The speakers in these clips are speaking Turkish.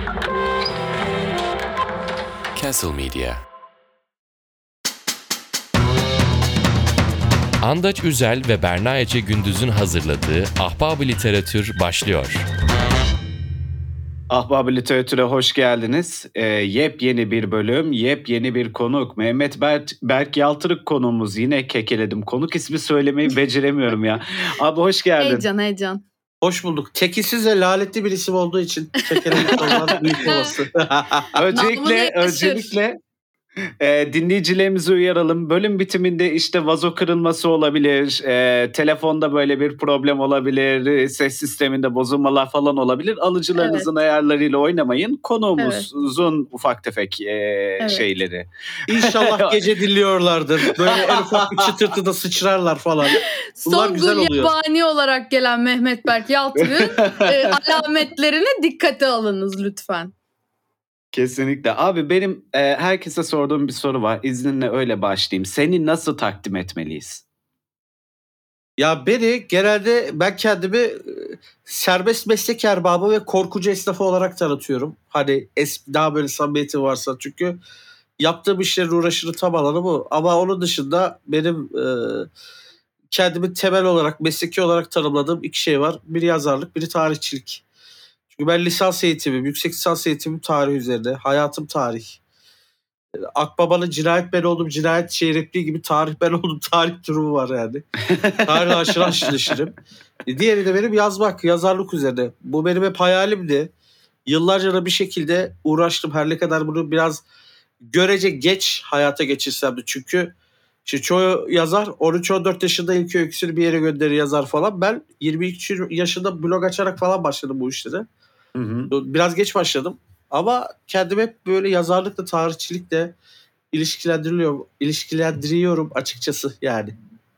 Castle Media. Andaç Üzel ve Berna Ece Gündüz'ün hazırladığı Ahbab-ı Literatür başlıyor. Ahbab-ı Literatür'e hoş geldiniz. Yepyeni bir bölüm, yepyeni bir konuk. Mehmet Berk Yaltırık konuğumuz. Yine kekeledim. Konuk ismi söylemeyi beceremiyorum ya. Abi hoş geldin. Heyecan. Hoş bulduk. Tekisiz ve lanetli bir isim olduğu için kekelemek olmaz büyük olası. Öncelikle dinleyicilerimizi uyaralım. Bölüm bitiminde işte vazo kırılması olabilir, telefonda böyle bir problem olabilir, ses sisteminde bozulmalar falan olabilir. Alıcılarınızın ayarlarıyla oynamayın. Konuğumuzun ufak tefek şeyleri. İnşallah gece dinliyorlardır. Böyle en ufak bir çıtırtıda sıçrarlar falan. Bunlar güzel oluyor. Yabani olarak gelen Mehmet Berk Yaltırık'ın alametlerine dikkate alınız lütfen. Kesinlikle. Abi benim herkese sorduğum bir soru var. İzninle öyle başlayayım. Seni nasıl takdim etmeliyiz? Ya genelde ben kendimi serbest meslek erbabı ve korkucu esnafı olarak tanıtıyorum. Hani daha böyle samimiyeti varsa. Çünkü yaptığım işlerin uğraşını tam alanı bu. Ama onun dışında benim kendimi temel olarak, mesleki olarak tanımladığım iki şey var. Biri yazarlık, biri tarihçilik. Çünkü ben lisans eğitimim, yüksek lisans eğitimim tarih üzerine. Hayatım tarih. Akbaba'nın cinayet ben oldum, cinayet repliği gibi tarih ben oldum, tarih durumu var yani. Tarih aşırı neşirim. Diğeri de benim yazmak, yazarlık üzerine. Bu benim hep hayalimdi. Yıllarca da bir şekilde uğraştım. Her ne kadar bunu biraz görece geç hayata geçirsem de. Çünkü işte çoğu yazar 13-14 yaşında ilk öyküsünü bir yere gönderir yazar falan. Ben 23 yaşında blog açarak falan başladım bu işlere. Hı. Biraz geç başladım. Ama kendimi hep böyle yazarlıkla, tarihçilikle ilişkilendiriyorum açıkçası yani.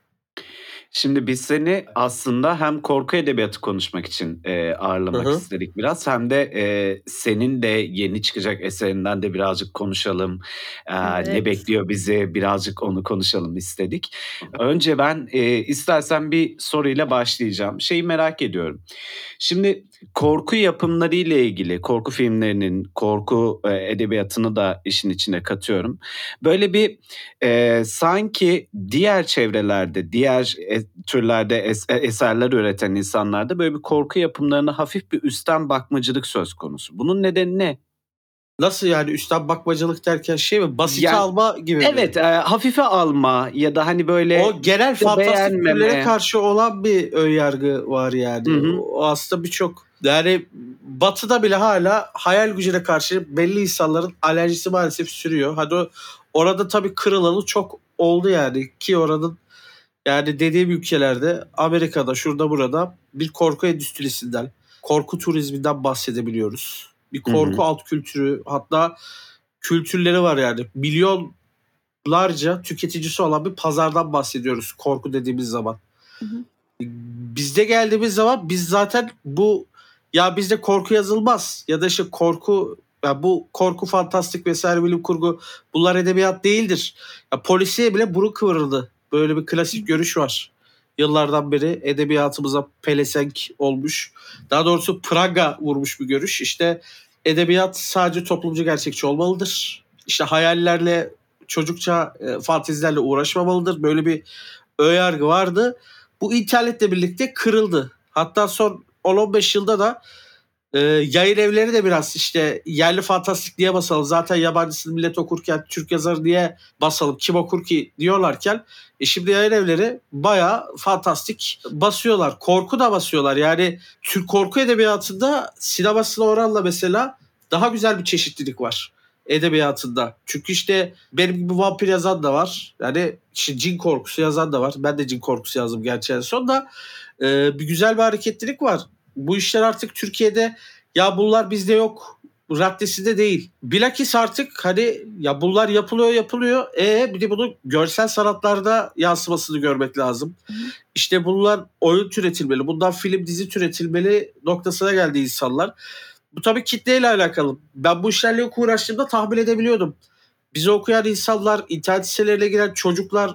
Şimdi biz seni aslında hem korku edebiyatı konuşmak için ağırlamak istedik biraz. Hem de senin de yeni çıkacak eserinden de birazcık konuşalım. Evet. Ne bekliyor bizi, birazcık onu konuşalım istedik. Önce ben istersen bir soruyla başlayacağım. Şeyi merak ediyorum. Şimdi korku yapımları ile ilgili, korku filmlerinin, korku edebiyatını da işin içine katıyorum. Böyle bir sanki diğer çevrelerde, diğer türlerde eserler üreten insanlarda böyle bir korku yapımlarına hafif bir üstten bakmacılık söz konusu. Bunun nedeni ne? Nasıl yani üstten bakmacılık derken şey mi? Basite alma gibi mi? Evet, hafife alma ya da hani böyle o genel fantastik türlere karşı olan bir önyargı var yani. Hı-hı. O aslında birçok yani Batı'da bile hala hayal gücüne karşı belli insanların alerjisi maalesef sürüyor. Hadi orada tabii kırılalı çok oldu yani ki oranın yani dediğim ülkelerde Amerika'da şurada burada bir korku endüstrisinden, korku turizminden bahsedebiliyoruz. Bir korku alt kültürü hatta kültürleri var yani. Milyonlarca tüketicisi olan bir pazardan bahsediyoruz korku dediğimiz zaman. Bizde geldiğimiz zaman biz zaten ya bizde korku yazılmaz ya da işte korku ya bu korku fantastik vesaire bilim kurgu bunlar edebiyat değildir. Ya polisiye bile burun kıvırıldı. Böyle bir klasik görüş var. Yıllardan beri edebiyatımıza pelesenk olmuş. Daha doğrusu Praga vurmuş bir görüş. İşte edebiyat sadece toplumcu gerçekçi olmalıdır. İşte hayallerle, çocukça fantezilerle uğraşmamalıdır. Böyle bir önyargı vardı. Bu internetle birlikte kırıldı. Hatta son 10-15 yılda da yayın evleri de biraz işte yerli fantastik diye basalım. Zaten yabancısını millet okurken Türk yazarı diye basalım. Kim okur ki diyorlarken şimdi yayın evleri bayağı fantastik basıyorlar. Korku da basıyorlar. Yani Türk korku edebiyatında sinemasına oranla mesela daha güzel bir çeşitlilik var edebiyatında. Çünkü işte benim gibi vampir yazan da var. Yani işte cin korkusu yazan da var. Ben de cin korkusu yazdım gerçi en son da. Bir güzel bir hareketlilik var. Bu işler artık Türkiye'de ya bunlar bizde yok raddesinde değil. Bilakis artık hani ya bunlar yapılıyor. Bir de bunu görsel sanatlarda yansımasını görmek lazım. İşte bunlar oyun türetilmeli. Bundan film dizi türetilmeli noktasına geldi insanlar. Bu tabii kitleyle alakalı. Ben bu işlerle yok uğraştığımda tahmin edebiliyordum. Bizi okuyan insanlar, internet sitelerine giren çocuklar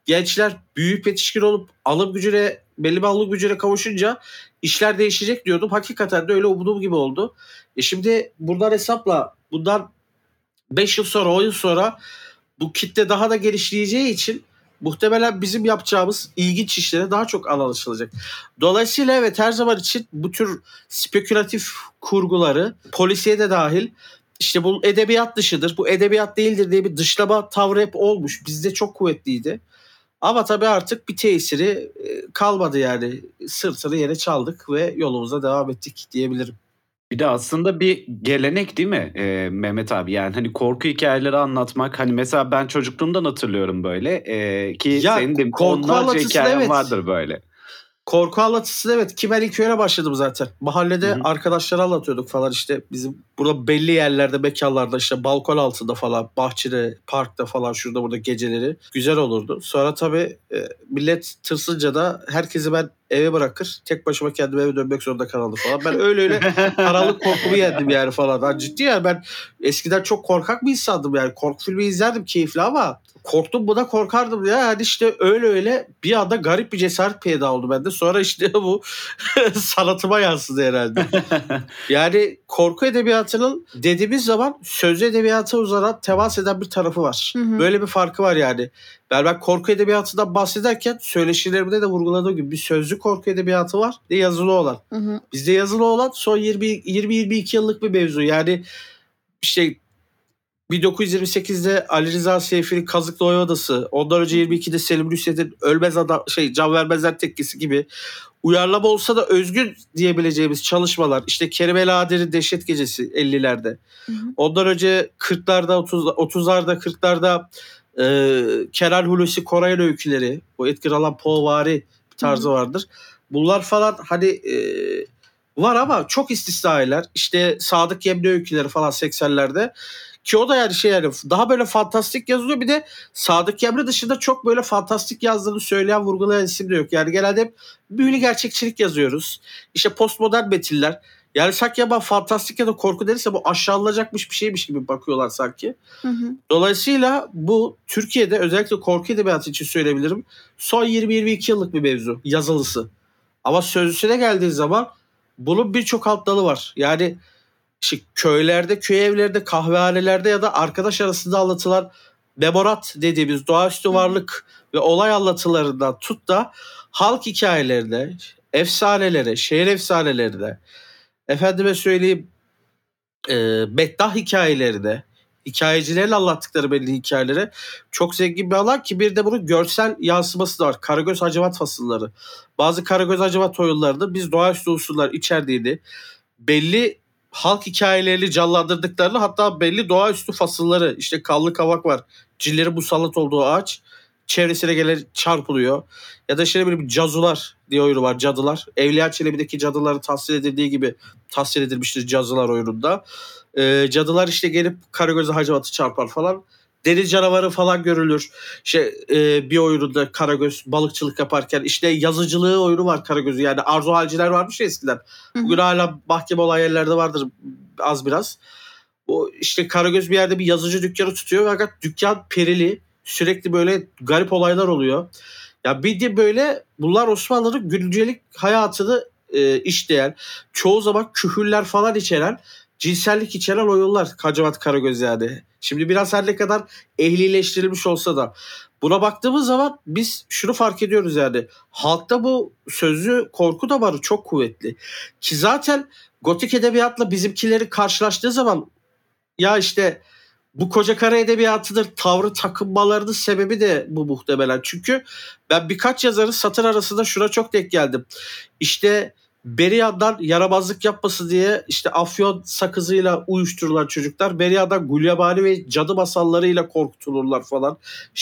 gençler büyüyüp yetişkin olup belli bir alım gücüne kavuşunca işler değişecek diyordum. Hakikaten de öyle umduğum gibi oldu. Şimdi buradan hesapla bundan 5 yıl sonra 10 yıl sonra bu kitle daha da genişleyeceği için muhtemelen bizim yapacağımız ilginç işlere daha çok alan açılacak. Dolayısıyla evet, her zaman için bu tür spekülatif kurguları, polisiye de dahil, işte bu edebiyat dışıdır, bu edebiyat değildir diye bir dışlama tavrı hep olmuş. Bizde çok kuvvetliydi. Ama tabii artık bir tesiri kalmadı yani. Sırtını yere çaldık ve yolumuza devam ettik diyebilirim. Bir de aslında bir gelenek değil mi Mehmet abi? Yani hani korku hikayeleri anlatmak. Hani mesela ben çocukluğumdan hatırlıyorum böyle. Ki Ya, senin de korku onlarca anlatısı, hikayen evet. vardır böyle. Korku anlatısı, evet, ki ben ilk öyle başladım zaten. Mahallede Hı hı. arkadaşlara anlatıyorduk falan, işte bizim burada belli yerlerde, mekanlarda, işte balkon altında falan, bahçede, parkta falan, şurada burada geceleri güzel olurdu. Sonra tabii millet tırsınca da herkesi ben eve bırakır, tek başıma kendim eve dönmek zorunda kalırdım falan. Ben öyle karanlık korkumu yendim yani falan. Ben ciddi yani, ben eskiden çok korkak bir insandım yani. Korku filmi izlerdim keyifli ama korktum, buna korkardım ya. Yani işte öyle bir anda garip bir cesaret peyda oldu bende. Sonra işte bu sanatıma yansıdı herhalde. Yani korku edebiyatının dediğimiz zaman sözlü edebiyata uzanan, temas eden bir tarafı var. Hı hı. Böyle bir farkı var yani. Ben korku edebiyatından bahsederken söyleşilerimde de vurguladığım gibi bir sözlü korku edebiyatı var, bir de yazılı olan. Hı hı. Bizde yazılı olan son 20-22 yıllık bir mevzu. Yani işte 1928'de Ali Rıza Seyfi'nin Kazıklı Oy Odası, ondan önce 22'de Selim Rüşvet'in Ölmez Adam, Can Vermezler Tekkesi gibi uyarlama olsa da özgün diyebileceğimiz çalışmalar. İşte Kerim El Adir'in Dehşet Gecesi 50'lerde. Hı hı. Ondan önce 40'larda, 30'larda, 40'larda Kenan Hulusi Koray'ın öyküleri, o Edgar Allan Poe'vari bir tarzı vardır. Bunlar falan hani var ama çok istisnailer. İşte Sadık Yemli öyküleri falan 80'lerde. Ki o da yani yani daha böyle fantastik yazılıyor. Bir de Sadık Yemli dışında çok böyle fantastik yazdığını söyleyen, vurgulayan isim de yok. Yani genelde hep büyülü gerçekçilik yazıyoruz. İşte postmodern metinler. Yani sanki ya fantastik ya da korku denirse bu aşağılanacakmış bir şeymiş gibi bakıyorlar sanki. Hı hı. Dolayısıyla bu Türkiye'de özellikle korku edebiyatı için söyleyebilirim. Son 20-22 yıllık bir mevzu yazılısı. Ama sözlüsüne geldiği zaman bunun birçok alt dalı var. Yani işte köylerde, köy evlerinde, kahvehanelerde ya da arkadaş arasında anlatılan memorat dediğimiz doğaüstü varlık ve olay anlatılarından tut da halk hikayelerine, efsanelere, şehir efsanelerine, efendime söyleyeyim meddah hikayelerine, hikayecilerin anlattıkları belli hikayelere çok zengin bir alan ki bir de bunun görsel yansıması da var. Karagöz Hacivat fasılları. Bazı Karagöz Hacivat oyunlarında biz doğaüstü unsurlar içerdiğini, belli halk hikayelerini canlandırdıklarını, hatta belli doğaüstü fasılları, işte Kanlı Kavak var, cinlerin musallat olduğu ağaç, çevresine gelen çarpılıyor. Ya da şöyle bir Cazular diye oyunu var, cadılar. Evliya Çelebi'deki cadıları tasvir edildiği gibi tasvir edilmiştir Cazular oyununda. Cadılar işte gelip Karagöz'e Hacivat'ı çarpar falan. Deniz canavarı falan görülür. İşte bir oyununda Karagöz balıkçılık yaparken, işte yazıcılığı oyunu var Karagöz'ü. Yani Arzu Halciler varmış ya eskiden. Bugün hala mahkeme olan yerlerde vardır az biraz. O işte Karagöz bir yerde bir yazıcı dükkanı tutuyor fakat dükkan perili. Sürekli böyle garip olaylar oluyor. Ya bir de böyle bunlar Osmanlı'nın güncelik hayatını işleyen, çoğu zaman küfürler falan içeren, cinsellik içeren oyunlar Hacivat Karagöz yani. Şimdi biraz her ne kadar ehlileştirilmiş olsa da buna baktığımız zaman biz şunu fark ediyoruz yani. Halkta bu sözlü korku damarı çok kuvvetli. Ki zaten gotik edebiyatla bizimkileri karşılaştığı zaman ya işte bu koca kara edebiyatıdır tavrı takınmalarının sebebi de bu muhtemelen. Çünkü ben birkaç yazarın satır arasında şuna çok denk geldim. İşte Beria'dan yaramazlık yapması diye işte afyon sakızıyla uyuşturulan çocuklar Beria'dan gulyabani ve cadı masallarıyla korkutulurlar falan.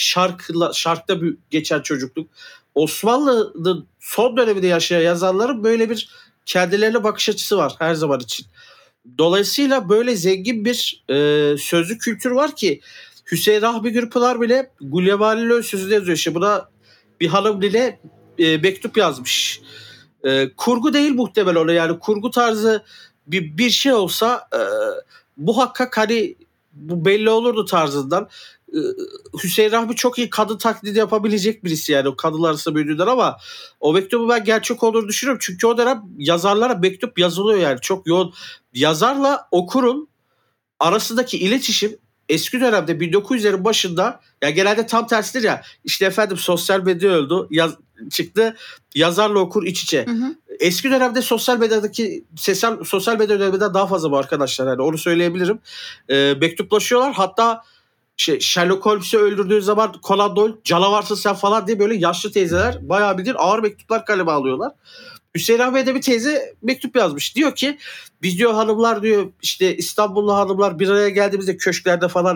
Şarkta geçen çocukluk. Osmanlı'nın son döneminde yaşayan yazarların böyle bir kendilerine bakış açısı var her zaman için. Dolayısıyla böyle zengin bir sözlü kültür var ki Hüseyin Rahmi Gürpınar bile Gulyabani'nin sözünü yazıyor. İşte buna bir hanım bile mektup yazmış. Kurgu değil muhtemel ona, yani kurgu tarzı bir şey olsa muhakkak hani bu belli olurdu tarzından. Hüseyin Rahmi çok iyi kadın taklidi yapabilecek birisi yani o kadınlar arasında büyüdüğünden ama o mektubu ben gerçek olduğunu düşünüyorum. Çünkü o dönem yazarlara mektup yazılıyor yani çok yoğun. Yazarla okurun arasındaki iletişim eski dönemde 1900'lerin başında ya genelde tam tersidir ya işte efendim sosyal medya öldü çıktı yazarla okur iç içe. Eski dönemde sosyal medyadaki sosyal medya döneminden daha fazla bu arkadaşlar yani onu söyleyebilirim. Mektuplaşıyorlar hatta Sherlock Holmes'u öldürdüğü zaman Conan Doyle canavarsın sen falan diye böyle yaşlı teyzeler bayağı bir ağır mektuplar kaleme alıyorlar. Hüseyin Ahmet'e bir teyze mektup yazmış. Diyor ki biz diyor hanımlar diyor işte İstanbullu hanımlar bir araya geldiğimizde köşklerde falan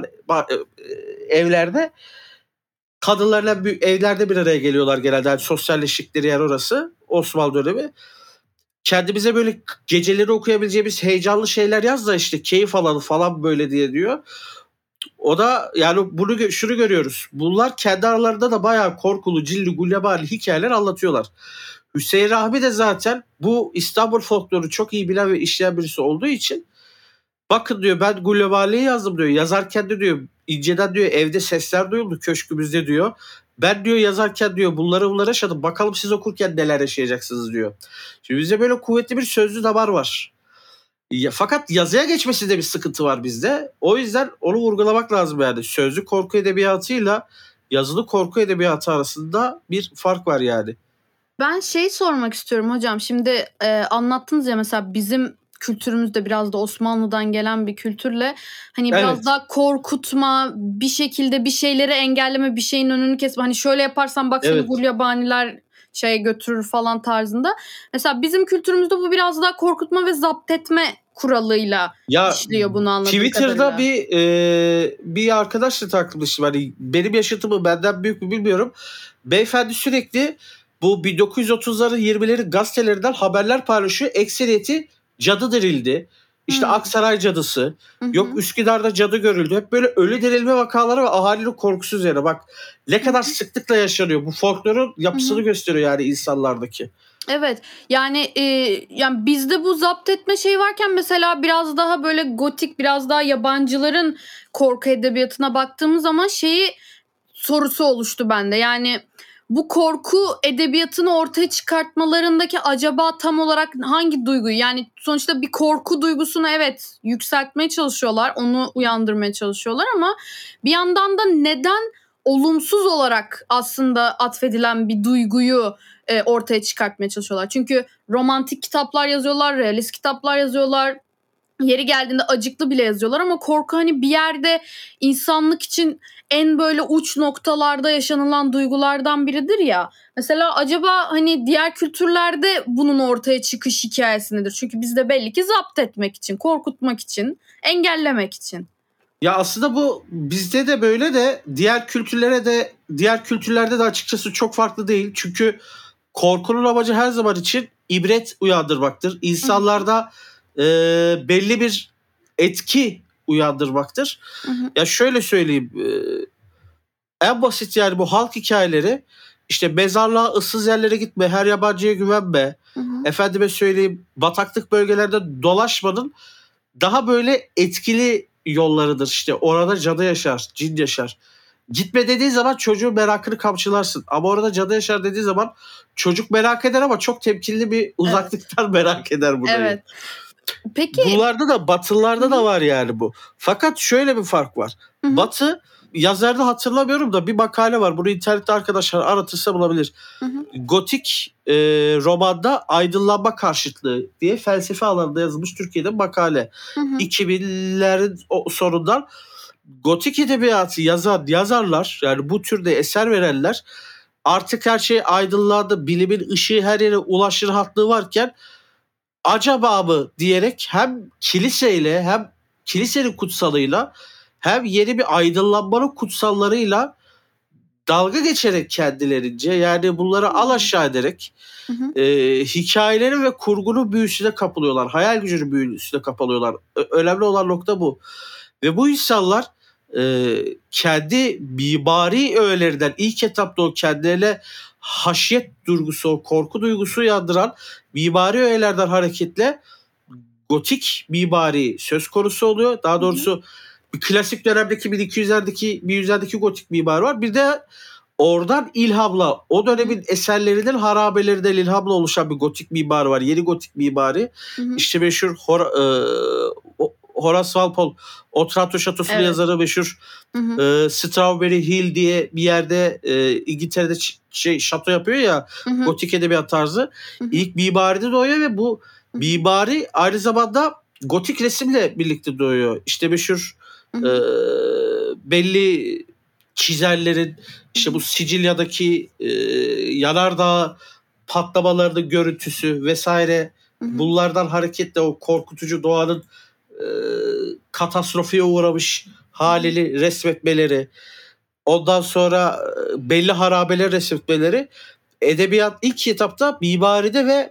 evlerde kadınlarla evlerde bir araya geliyorlar genelde. Yani sosyalleştikleri yer orası Osmanlı dönemi. Kendimize böyle geceleri okuyabileceğimiz heyecanlı şeyler yaz da işte keyif alalım falan böyle diye diyor. O da yani şunu görüyoruz. Bunlar kendi aralarında da bayağı korkulu, cilli, gulyabani hikayeler anlatıyorlar. Hüseyin Rahmi de zaten bu İstanbul folkloru çok iyi bilen ve işleyen birisi olduğu için bakın diyor ben Gulyabani'yi yazdım diyor. Yazarken de diyor inceden diyor evde sesler duyuldu köşkümüzde diyor. Ben diyor yazarken diyor bunları yaşadım. Bakalım siz okurken neler yaşayacaksınız diyor. Şimdi bizde böyle kuvvetli bir sözlü damar var. Fakat yazıya geçmesinde bir sıkıntı var bizde. O yüzden onu vurgulamak lazım yani. Sözlü korku edebiyatıyla yazılı korku edebiyatı arasında bir fark var yani. Ben sormak istiyorum hocam. Şimdi anlattınız ya mesela bizim kültürümüzde biraz da Osmanlı'dan gelen bir kültürle hani biraz daha korkutma, bir şekilde bir şeyleri engelleme, bir şeyin önünü kesme. Hani şöyle yaparsan bak seni gulyabaniler götürür falan tarzında. Mesela bizim kültürümüzde bu biraz daha korkutma ve zapt etme kuralıyla işliyor bunu anladığım Twitter'da kadarıyla. bir arkadaşla takılmıştım. Hani benim yaşıtımı benden büyük mü bilmiyorum. Beyefendi sürekli bu 1930'ların 20'lerin gazetelerinden haberler paylaşıyor. Ekseriyeti cadı dirildi. İşte Aksaray cadısı. Yok Üsküdar'da cadı görüldü. Hep böyle ölü dirilme vakaları ve ahalinin korkusu üzerine. Bak ne kadar sıklıkla yaşanıyor. Bu folklorun yapısını gösteriyor yani insanlardaki. Evet yani bizde bu zapt etme varken mesela biraz daha böyle gotik biraz daha yabancıların korku edebiyatına baktığımız zaman sorusu oluştu bende. Yani bu korku edebiyatını ortaya çıkartmalarındaki acaba tam olarak hangi duyguyu yani sonuçta bir korku duygusunu yükseltmeye çalışıyorlar onu uyandırmaya çalışıyorlar ama bir yandan da neden olumsuz olarak aslında atfedilen bir duyguyu ortaya çıkartmaya çalışıyorlar. Çünkü romantik kitaplar yazıyorlar, realist kitaplar yazıyorlar. Yeri geldiğinde acıklı bile yazıyorlar ama korku hani bir yerde insanlık için en böyle uç noktalarda yaşanılan duygulardan biridir ya. Mesela acaba hani diğer kültürlerde bunun ortaya çıkış hikayesi nedir? Çünkü bizde belli ki zapt etmek için, korkutmak için, engellemek için. Ya aslında bu bizde de böyle de diğer kültürlerde de açıkçası çok farklı değil. Çünkü korkunun amacı her zaman için ibret uyandırmaktır. İnsanlarda belli bir etki uyandırmaktır. Ya şöyle söyleyeyim. En basit yani bu halk hikayeleri işte mezarlığa ıssız yerlere gitme, her yabancıya güvenme. Efendime söyleyeyim bataklık bölgelerde dolaşmanın daha böyle etkili yollarıdır. İşte orada cadı yaşar, cin yaşar. Gitme dediği zaman çocuğun merakını kamçılarsın. Ama orada cadı yaşar dediği zaman çocuk merak eder ama çok temkinli bir uzaklıktan merak eder burayı. Evet. Peki. Bunlarda da Batılılarda da var yani bu. Fakat şöyle bir fark var. Batı yazarda hatırlamıyorum da bir makale var. Bunu internette arkadaşlar aratırsa bulabilir. Gotik romanda aydınlanma karşıtlığı diye felsefe alanında yazılmış Türkiye'de makale. 2000'lerin sonundan gotik edebiyatı yazarlar yani bu türde eser verenler artık her şey aydınlandı, bilimin ışığı her yere ulaşır rahatlığı varken acaba mı diyerek hem kiliseyle hem kilisenin kutsalıyla hem yeni bir aydınlanmanın kutsallarıyla dalga geçerek kendilerince yani bunları alaşağı ederek hikayelerin ve kurgunun büyüsüne kapılıyorlar. Hayal gücünün büyüsüne kapılıyorlar. Önemli olan nokta bu. Ve bu insanlar kendi mimari öğelerinden ilk etapta o kendilerine haşyet duygusu, o korku duygusu uyandıran mimari öğelerden hareketle gotik mimari söz konusu oluyor. Daha doğrusu bir klasik dönemdeki 1200'lerdeki gotik mimari var. Bir de oradan ilhamla, o dönemin eserlerinin harabelerinden ilhamla oluşan bir gotik mimari var. Yeni gotik mimari. İşte meşhur Horace Walpole, Otranto Şatosu'nun yazarı meşhur Strawberry Hill diye bir yerde İngiltere'de şato yapıyor ya, gotik edebiyat tarzı. İlk mimaride doğuyor ve bu mimari aynı zamanda gotik resimle birlikte doğuyor. İşte meşhur belli çizerlerin işte bu Sicilya'daki yanardağ patlamalarının görüntüsü vesaire, bunlardan hareketle o korkutucu doğanın katastrofeye uğramış halini resmetmeleri, ondan sonra belli harabeler resmetmeleri edebiyat ilk etapta mimaride ve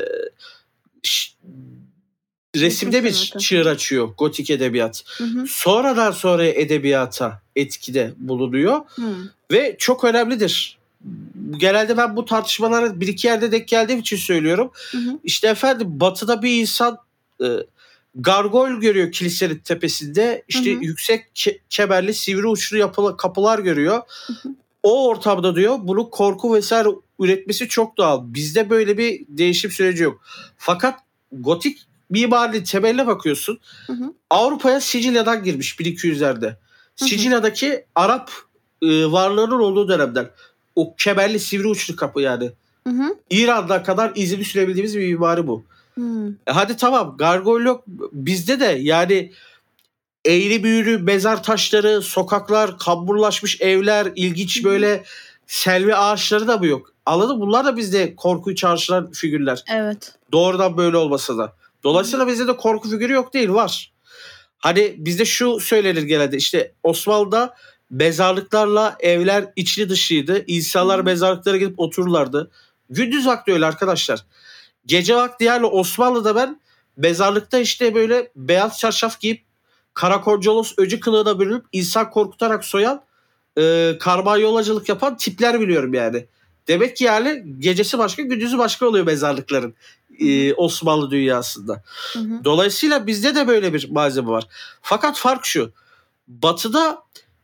resimde bir çığır açıyor gotik edebiyat. Sonradan sonra edebiyata etkide bulunuyor ve çok önemlidir. Genelde ben bu tartışmalara bir iki yerde denk geldiğim için söylüyorum. İşte efendim Batı'da bir insan gargoyle görüyor kilisenin tepesinde. İşte yüksek kemerli sivri uçlu kapılar görüyor. O ortamda diyor bunun korku vesaire üretmesi çok doğal. Bizde böyle bir değişim süreci yok. Fakat gotik mimarinin temeline bakıyorsun. Avrupa'ya Sicilya'dan girmiş 1200'lerde. Sicilya'daki Arap varlığının olduğu dönemden. O kemerli sivri uçlu kapı yani. İran'dan kadar izini sürebildiğimiz bir mimari bu. Hadi tamam, gargoyle yok. Bizde de yani eğri büğrü mezar taşları, sokaklar, kamburlaşmış evler, ilginç böyle selvi ağaçları da mı yok? Anladın mı? Bunlar da bizde korkuyu çağrıştıran figürler. Evet. Doğrudan böyle olmasa da. Dolayısıyla bizde de korku figürü yok değil, var. Hani bizde şu söylenir genelde, işte Osmanlı'da mezarlıklarla evler içli dışlıydı. İnsanlar mezarlıklara gidip otururlardı. Gündüz vakti öyle arkadaşlar. Gece vakti yani Osmanlı'da ben mezarlıkta işte böyle beyaz çarşaf giyip karakoncolos öcü kılığına bürünüp insan korkutarak soyan, karmanyolacılık yapan tipler biliyorum yani. Demek ki yani gecesi başka gündüzü başka oluyor mezarlıkların Osmanlı dünyasında. Dolayısıyla bizde de böyle bir malzeme var. Fakat fark şu. Batı'da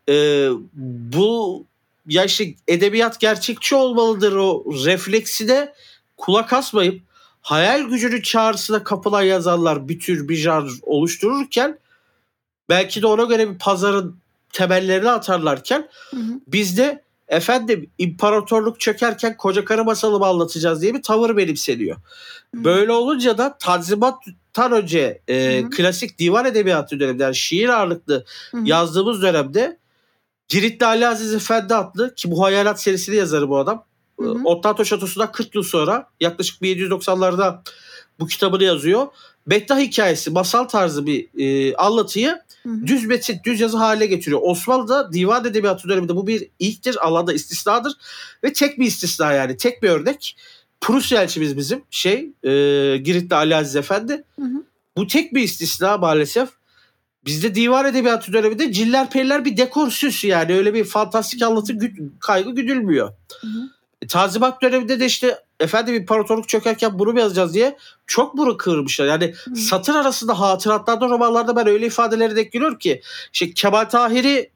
bu ya işte edebiyat gerçekçi olmalıdır o refleksine kulak asmayıp hayal gücünün çağrısına kapılan yazarlar bir tür bir janr oluştururken, belki de ona göre bir pazarın temellerini atarlarken bizde efendim imparatorluk çökerken koca karı masalı mı anlatacağız diye bir tavır benimseniyor. Böyle olunca da Tanzimat'tan önce klasik divan edebiyatı döneminde, yani şiir ağırlıklı yazdığımız dönemde Giritli Ali Aziz Efendi adlı, ki bu Hayalat serisini yazarı bu adam. Otranto Şatosu'ndan 40 yıl sonra yaklaşık 1790'larda bu kitabını yazıyor. Meddah hikayesi, masal tarzı bir anlatıyı düz metin, düz yazı haline getiriyor. Osmanlı'da divan edebiyatı döneminde bu bir ilktir, alanda istisnadır ve tek bir istisna, yani tek bir örnek. Prusya elçimiz bizim Giritli Ali Aziz Efendi. Bu tek bir istisna maalesef. Bizde divan edebiyatı döneminde ciller periler bir dekor süs, yani öyle bir fantastik anlatı kaygı güdülmüyor. Tanzimat döneminde de işte efendim imparatorluk çökerken bunu mu yazacağız diye çok burun kıvırmışlar. Yani satır arasında hatıratlarda, romanlarda ben öyle ifadeleri denk geliyorum ki, işte Kemal Tahir'i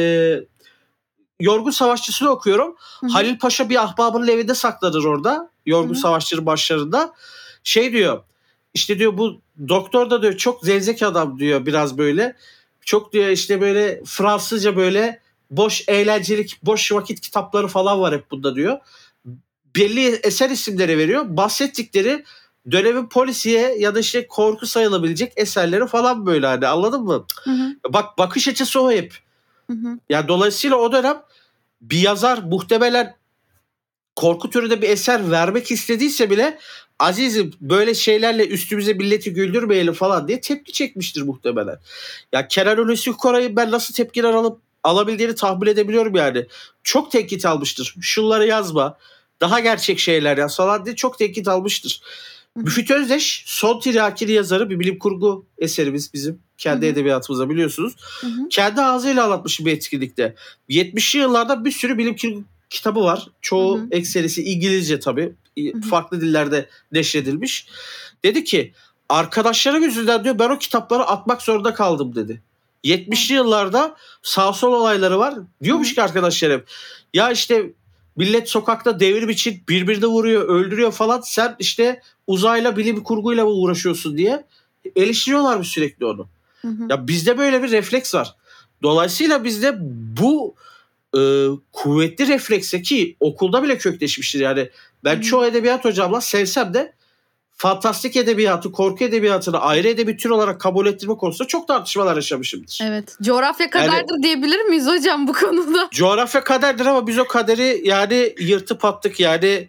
Yorgun Savaşçısı'nı okuyorum. Halil Paşa bir ahbabının evinde saklanır orada. Yorgun Savaşçı'nın başlarında. Diyor, işte diyor bu doktor da diyor çok zevzek adam diyor, biraz böyle. Çok diyor işte böyle Fransızca böyle boş eğlencelik, boş vakit kitapları falan var hep bunda diyor. Belli eser isimleri veriyor. Bahsettikleri dönemin polisiye ya da işte korku sayılabilecek eserleri falan böyle, hani anladın mı? Bak bakış açısı o hep. Yani dolayısıyla o dönem bir yazar muhtemelen korku türünde bir eser vermek istediyse bile, azizim böyle şeylerle üstümüze milleti güldürmeyelim falan diye tepki çekmiştir muhtemelen. Ya Kenan Hulusi Koray'ın ben nasıl tepkiler alabildiğini tahmin edebiliyorum yani. Çok tenkit almıştır. Şunları yazma, daha gerçek şeyler yaz falan diye çok tenkit almıştır. Müfit Özdeş Son Tiryakili yazarı, bir bilim kurgu eserimiz bizim kendi edebiyatımızda biliyorsunuz. Kendi ağzıyla anlatmış bir etkinlikte. 70'li yıllarda bir sürü bilim kurgu kitabı var. Çoğu ekserisi İngilizce tabii. Farklı dillerde neşredilmiş. Dedi ki arkadaşlarım yüzünden diyor ben o kitapları atmak zorunda kaldım dedi. 70'li yıllarda sağ sol olayları var. Diyormuş ki arkadaşlarım ya işte millet sokakta devrim için birbirini vuruyor, öldürüyor falan. Sen işte uzayla, bilim kurguyla mı uğraşıyorsun diye eleştiriyorlarmış sürekli onu. Ya bizde böyle bir refleks var. Dolayısıyla bizde bu kuvvetli reflekse ki okulda bile kökleşmiştir. Yani ben çoğu edebiyat hocamla sevsem de fantastik edebiyatı, korku edebiyatını ayrı edebi tür olarak kabul ettirme konusunda çok tartışmalar yaşamışımdır. Evet. Coğrafya kaderdir diyebilir miyiz hocam bu konuda? Coğrafya kaderdir ama biz o kaderi yani yırtıp attık yani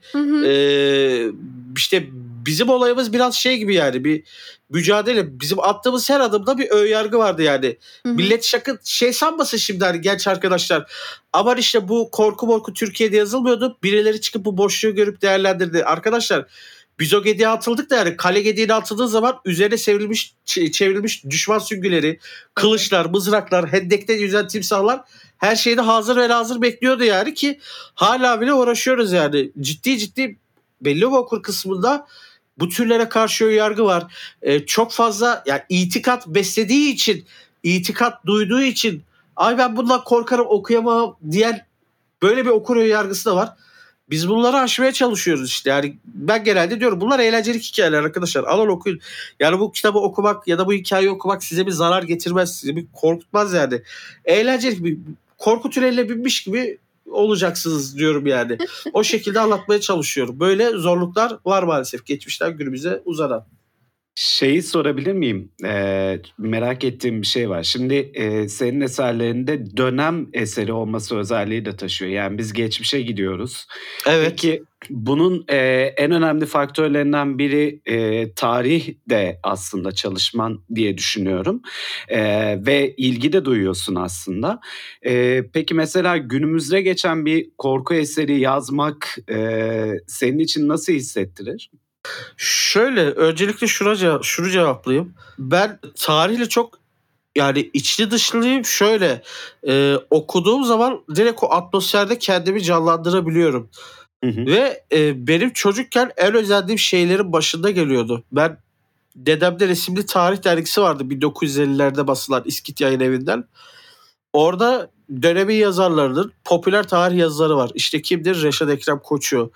işte bizim olayımız biraz şey gibi yani bir mücadele. Bizim attığımız her adımda bir önyargı vardı yani. Millet şey sanmasın şimdi hani genç arkadaşlar. Aman işte bu korku Türkiye'de yazılmıyordu. Birileri çıkıp bu boşluğu görüp değerlendirdi. Arkadaşlar biz o gediğe atıldık da yani kale gediğine atıldığı zaman üzerine çevrilmiş düşman süngüleri, kılıçlar, mızraklar, hendekte yüzen timsahlar her şeyde hazır ve nazır bekliyordu yani ki hala bile uğraşıyoruz yani. Ciddi belli bir okur kısmında bu türlere karşı yargı var. Çok fazla yani itikat beslediği için, itikat duyduğu için ay ben bundan korkarım okuyamam diyen böyle bir okur yargısı da var. Biz bunları aşmaya çalışıyoruz işte. Yani ben genelde diyorum bunlar eğlenceli hikayeler arkadaşlar. Alın okuyun. Yani bu kitabı okumak ya da bu hikayeyi okumak size bir zarar getirmez. Size bir korkutmaz yani. Eğlenceli bir korku tüneline binmiş gibi olacaksınız diyorum yani. O şekilde anlatmaya çalışıyorum. Böyle zorluklar var maalesef geçmişten günümüze uzanan. Şeyi sorabilir miyim? Merak ettiğim bir şey var. Şimdi senin eserlerinde dönem eseri olması özelliği de taşıyor. Yani biz geçmişe gidiyoruz. Evet. Peki bunun en önemli faktörlerinden biri tarih de aslında çalışman diye düşünüyorum. Ve ilgi de duyuyorsun aslında. Peki mesela günümüzde geçen bir korku eseri yazmak senin için nasıl hissettirir? Şöyle öncelikle şunu cevaplayayım. Ben tarihle çok yani içli dışlıyım. Şöyle okuduğum zaman direkt o atmosferde kendimi canlandırabiliyorum. Ve benim çocukken en özendiğim şeylerin başında geliyordu. Ben dedemde Resimli Tarih dergisi vardı 1950'lerde basılan İskit Yayın Evi'nden. Orada dönemin yazarlarının popüler tarih yazıları var. İşte kimdir? Reşat Ekrem Koçu,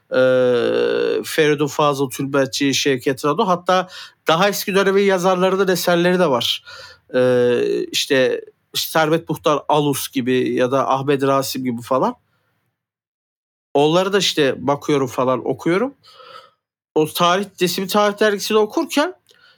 Feridun Fazıl Tülbentçi, Şevket Rado. Hatta daha eski dönemin yazarlarının eserleri de var. İşte Servet Muhtar Alus gibi ya da Ahmet Rasim gibi falan. Onları da işte bakıyorum falan okuyorum. O Resimli Tarih dergisini okurken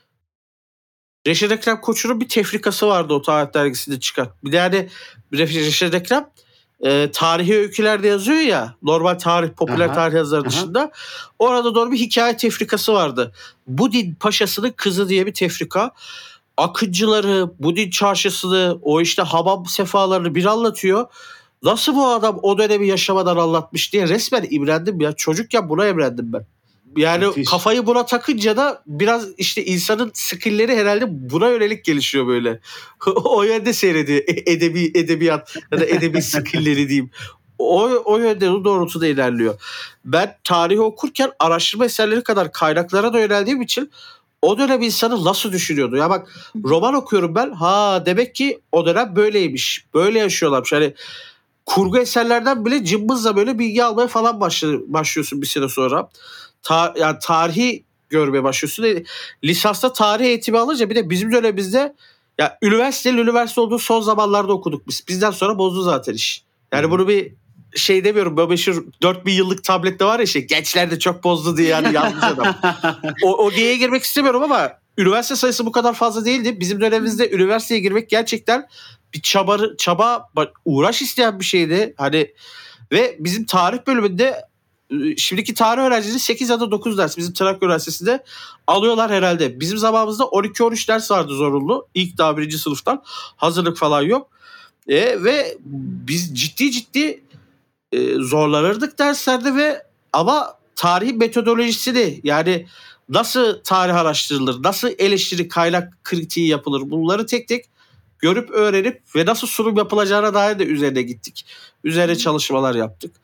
Reşat Ekrem Koçu'nun bir tefrikası vardı o tarih dergisinde çıkan. Bir de yani Reşat Ekrem tarihi öykülerde yazıyor ya. Normal tarih, popüler tarih yazıları dışında. Orada doğru bir hikaye tefrikası vardı. Budin Paşası'nın Kızı diye bir tefrika. Akıncıları, Budin çarşısını, o işte hamam sefalarını bir anlatıyor. Nasıl bu adam o dönemi yaşamadan anlatmış diye resmen imrendim ya. Çocukken buna imrendim ben. Yani müthiş. Kafayı buna takınca da biraz işte insanın skillleri herhalde buna yönelik gelişiyor böyle. O yönde seyrediyor edebiyat ya da edebi skillleri diyeyim. O yönde o doğrultuda ilerliyor. Ben tarihi okurken araştırma eserleri kadar kaynaklara da yöneldiğim için o dönem insanı nasıl düşünüyordu? Ya bak roman okuyorum ben. Demek ki o dönem böyleymiş. Böyle yaşıyorlarmış. Hani kurgu eserlerden bile cımbızla böyle bilgi almaya falan başlıyorsun bir süre sonra. Yani tarihi görmeye başlıyorsun. Lisansta tarih eğitimi alınca bir de bizim dönemimizde ya üniversite olduğu son zamanlarda okuduk biz. Bizden sonra bozdu zaten iş. Yani bunu bir şey demiyorum. Böyle meşhur 4000 yıllık tablette var ya işte gençler de çok bozdu diye yani yazmış adam. O geyeye girmek istemiyorum ama üniversite sayısı bu kadar fazla değildi. Bizim dönemimizde üniversiteye girmek gerçekten bir çaba uğraş isteyen bir şeydi. Hani ve bizim tarih bölümünde şimdiki tarih öğrencileri 8 ya da 9 ders bizim Trakya Üniversitesi'nde alıyorlar herhalde. Bizim zamanımızda 12-13 ders vardı zorunlu. İlk daha 1. sınıftan. Hazırlık falan yok. Ve biz ciddi zorlanırdık derslerde ama tarihin metodolojisini yani nasıl tarih araştırılır, nasıl eleştiri kaynak kritiği yapılır bunları tek tek görüp öğrenip ve nasıl sunum yapılacağına dair de üzerine gittik. Üzerine çalışmalar yaptık.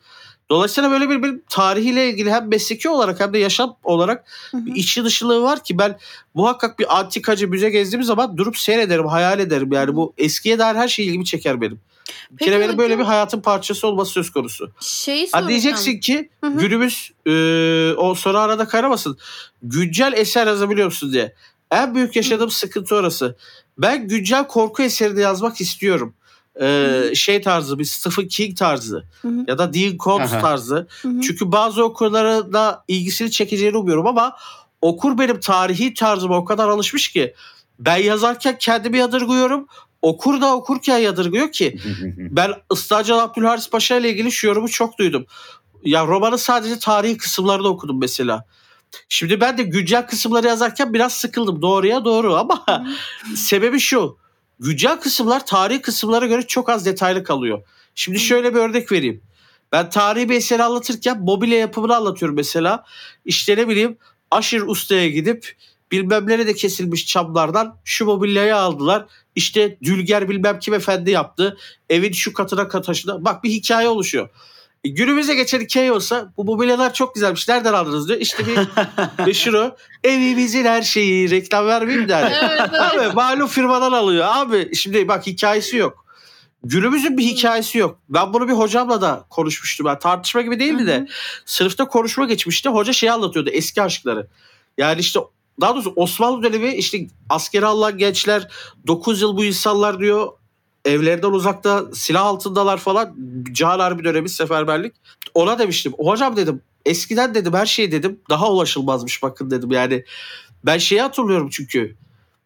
Dolayısıyla böyle bir tarihiyle ilgili hem mesleki olarak hem de yaşam olarak bir içi dışılığı var ki ben muhakkak bir antikacı müze gezdiğim zaman durup seyrederim, hayal ederim. Yani bu eskiye dair her şey ilgimi çeker benim. Bir Peki kere benim böyle hocam, bir hayatın parçası olması söz konusu. şeyi Ha soracağım. diyeceksin ki Hı hı. günümüz o soru arada kaynamasın. Güncel eser yazabiliyor musun diye. En büyük yaşadığım sıkıntı orası. Ben güncel korku eseri de yazmak istiyorum. Şey tarzı, bir Stephen King tarzı Hı hı. ya da Dean Koontz Aha. tarzı. Hı hı. Çünkü bazı okurlara da ilgisini çekeceğini umuyorum ama okur benim tarihi tarzıma o kadar alışmış ki ben yazarken kendimi yadırgıyorum. Okur da okurken yadırgıyor ki ben Islacalı Abdülharis Paşa ile ilgili şu yorumu çok duydum. Ya romanın sadece tarihi kısımlarını okudum mesela. Şimdi ben de güncel kısımları yazarken biraz sıkıldım. Doğruya doğru ama sebebi şu. Güncel kısımlar tarihi kısımlara göre çok az detaylı kalıyor. Şimdi şöyle bir örnek vereyim. Ben tarihi bir eseri anlatırken mobilya yapımını anlatıyorum mesela. İşte ne bileyim Aşır Usta'ya gidip bilmem nerede kesilmiş çamlardan şu mobilyayı aldılar. İşte Dülger bilmem kim efendi yaptı. Evin şu katına taşına. Bak bir hikaye oluşuyor. Günümüze geçen hikaye olsa bu mobilyalar çok güzelmiş. Nereden aldınız diyor. İşte bir meşhur o. Evimizin her şeyi reklam vermeyeyim de. Hani. Evet, evet. Abi malum firmadan alıyor. Abi şimdi bak hikayesi yok. Günümüzün bir hikayesi yok. Ben bunu bir hocamla da konuşmuştum. Yani tartışma gibi değildi de. Sınıfta konuşma geçmişti. Hoca şey anlatıyordu. Eski aşkları. Yani işte daha doğrusu Osmanlı dönemi işte askeri alınan gençler 9 yıl bu insanlar diyor evlerinden uzakta silah altındalar falan. Cihan Harbi dönemi seferberlik. Ona demiştim. Hocam dedim eskiden dedim her şey dedim daha ulaşılmazmış bakın dedim. Yani ben şeyi hatırlıyorum çünkü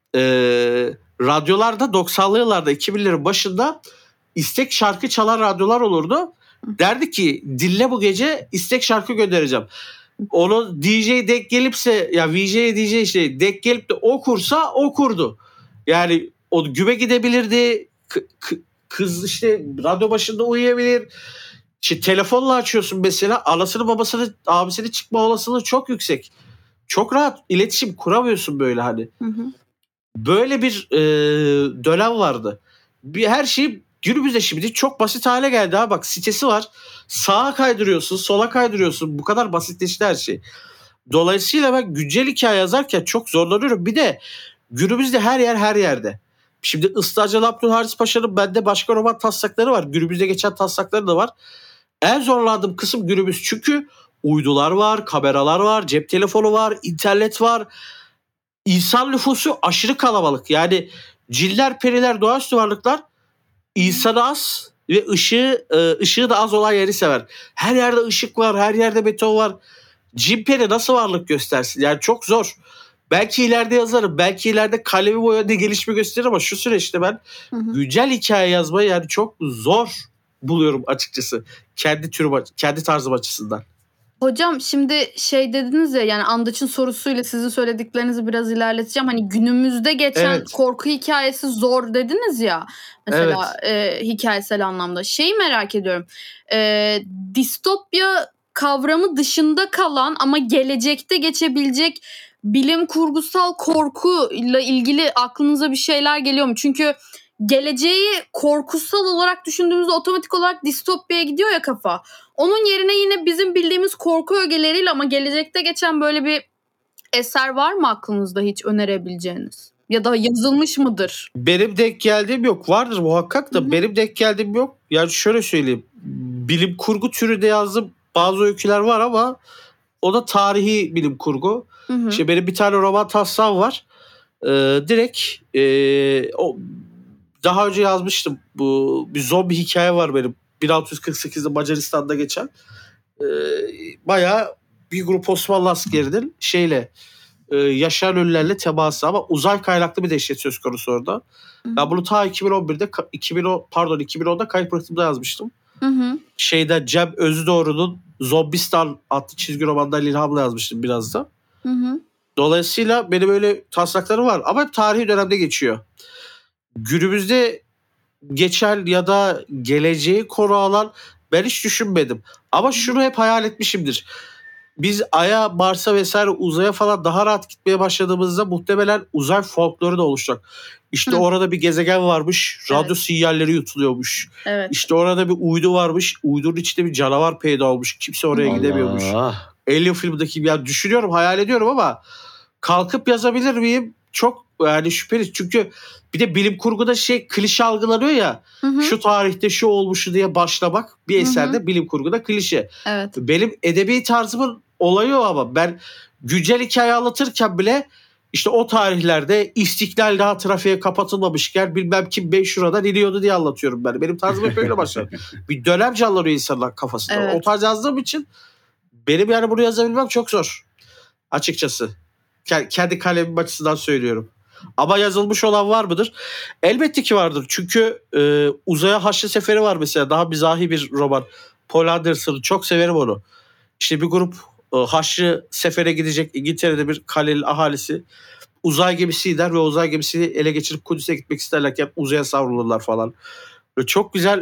radyolarda 90'lı yıllarda 2000'lerin başında istek şarkı çalan radyolar olurdu. Derdi ki dinle bu gece istek şarkı göndereceğim. Onu DJ denk gelipse ya VJ DJ işte denk gelip de okursa okurdu. Yani o güme gidebilirdi. Kız işte radyo başında uyuyabilir. İşte telefonla açıyorsun mesela anasını babasını abisini çıkma olasılığı çok yüksek. Çok rahat iletişim kuramıyorsun böyle hani. Böyle bir dönem vardı. Her şey günümüzde şimdi çok basit hale geldi ha bak sitesi var. Sağa kaydırıyorsun, sola kaydırıyorsun. Bu kadar basitleşti her şey. Dolayısıyla ben güncel hikaye yazarken çok zorlanıyorum. Bir de günümüzde her yer her yerde. Şimdi Islacalı Abdülharis Paşa'nın bende başka roman taslakları var. Günümüzde geçen taslakları da var. En zorlandığım kısım günümüz. Çünkü uydular var, kameralar var, cep telefonu var, internet var. İnsan nüfusu aşırı kalabalık. Yani ciller, periler, doğaüstü varlıklar insanı az ve ışığı da az olan yeri sever. Her yerde ışık var, her yerde beton var. Cin peri nasıl varlık göstersin? Yani çok zor. Belki ileride yazarım. Belki ileride kalemi o yönde gelişme gösterir ama şu süreçte ben güncel hikaye yazmayı yani çok zor buluyorum açıkçası. Kendi tarzım açısından. Hocam şimdi şey dediniz ya yani Andaç'ın sorusuyla sizin söylediklerinizi biraz ilerleteceğim. Hani günümüzde geçen Evet. korku hikayesi zor dediniz ya. Mesela hikayesel anlamda. Şeyi merak ediyorum. Distopya kavramı dışında kalan ama gelecekte geçebilecek bilim kurgusal korkuyla ilgili aklınıza bir şeyler geliyor mu? Çünkü geleceği korkusal olarak düşündüğümüzde otomatik olarak distopyaya gidiyor ya kafa. Onun yerine yine bizim bildiğimiz korku ögeleriyle ama gelecekte geçen böyle bir eser var mı aklınızda hiç önerebileceğiniz? Ya da yazılmış mıdır? Benim denk geldiğim yok. Vardır muhakkak da benim denk geldiğim yok. Yani şöyle söyleyeyim. Bilim kurgu türünde yazdığım bazı öyküler var ama o da tarihi bilim kurgu. İşte benim bir tane roman taslağım var. Direkt o daha önce yazmıştım. Bu bir zombi hikaye var benim. 1648'de Macaristan'da geçen. Bayağı bir grup Osmanlı askerinin yaşayan ölülerle teması ama uzay kaynaklı bir dehşet söz konusu orada. Ben bunu ta 2010'da Kayıp Bıraktım'da yazmıştım. Cem Özdoğru'nun Zombistan adlı çizgi romandan ilhamla yazmıştım biraz da. Dolayısıyla benim öyle taslaklarım var ama tarihi dönemde geçiyor. Günümüzde geçen ya da geleceği konu alan ben hiç düşünmedim. Ama şunu hep hayal etmişimdir. biz Ay'a, Mars'a vesaire uzaya falan daha rahat gitmeye başladığımızda muhtemelen uzay folkloru da oluşacak. İşte orada bir gezegen varmış. Radyo sinyalleri yutuluyormuş. Evet. İşte orada bir uydu varmış. Uydunun içinde bir canavar peyda olmuş. Kimse oraya gidemiyormuş. Alien filmindeki yani düşünüyorum, hayal ediyorum ama kalkıp yazabilir miyim? Çok yani şüpheli. Çünkü bir de bilim kurguda klişe algılanıyor ya. Şu tarihte şu olmuşu diye başlamak bir eserde bilim kurguda klişe. Evet. Benim edebi tarzımın olayı o ama ben güncel hikaye anlatırken bile işte o tarihlerde İstiklal daha trafiğe kapatılmamışken bilmem kim 5 Euro'dan iniyordu diye anlatıyorum ben. Benim tarzım hep öyle başlar. Bir dönem canlanıyor insanlar kafasında. Evet. O tarz yazdığım için benim yani bunu yazabilmem çok zor. Açıkçası. Kendi kalemim açısından söylüyorum. Ama yazılmış olan var mıdır? Elbette ki vardır. Çünkü uzaya Haçlı Seferi var mesela. Daha mizahi bir roman. Paul Anderson'ı çok severim onu. İşte bir grup Haçlı Sefere gidecek İngiltere'de bir kalenin ahalisi. Uzay gemisi gider ve uzay gemisini ele geçirip Kudüs'e gitmek isterlerken uzaya savrulurlar falan. Böyle çok güzel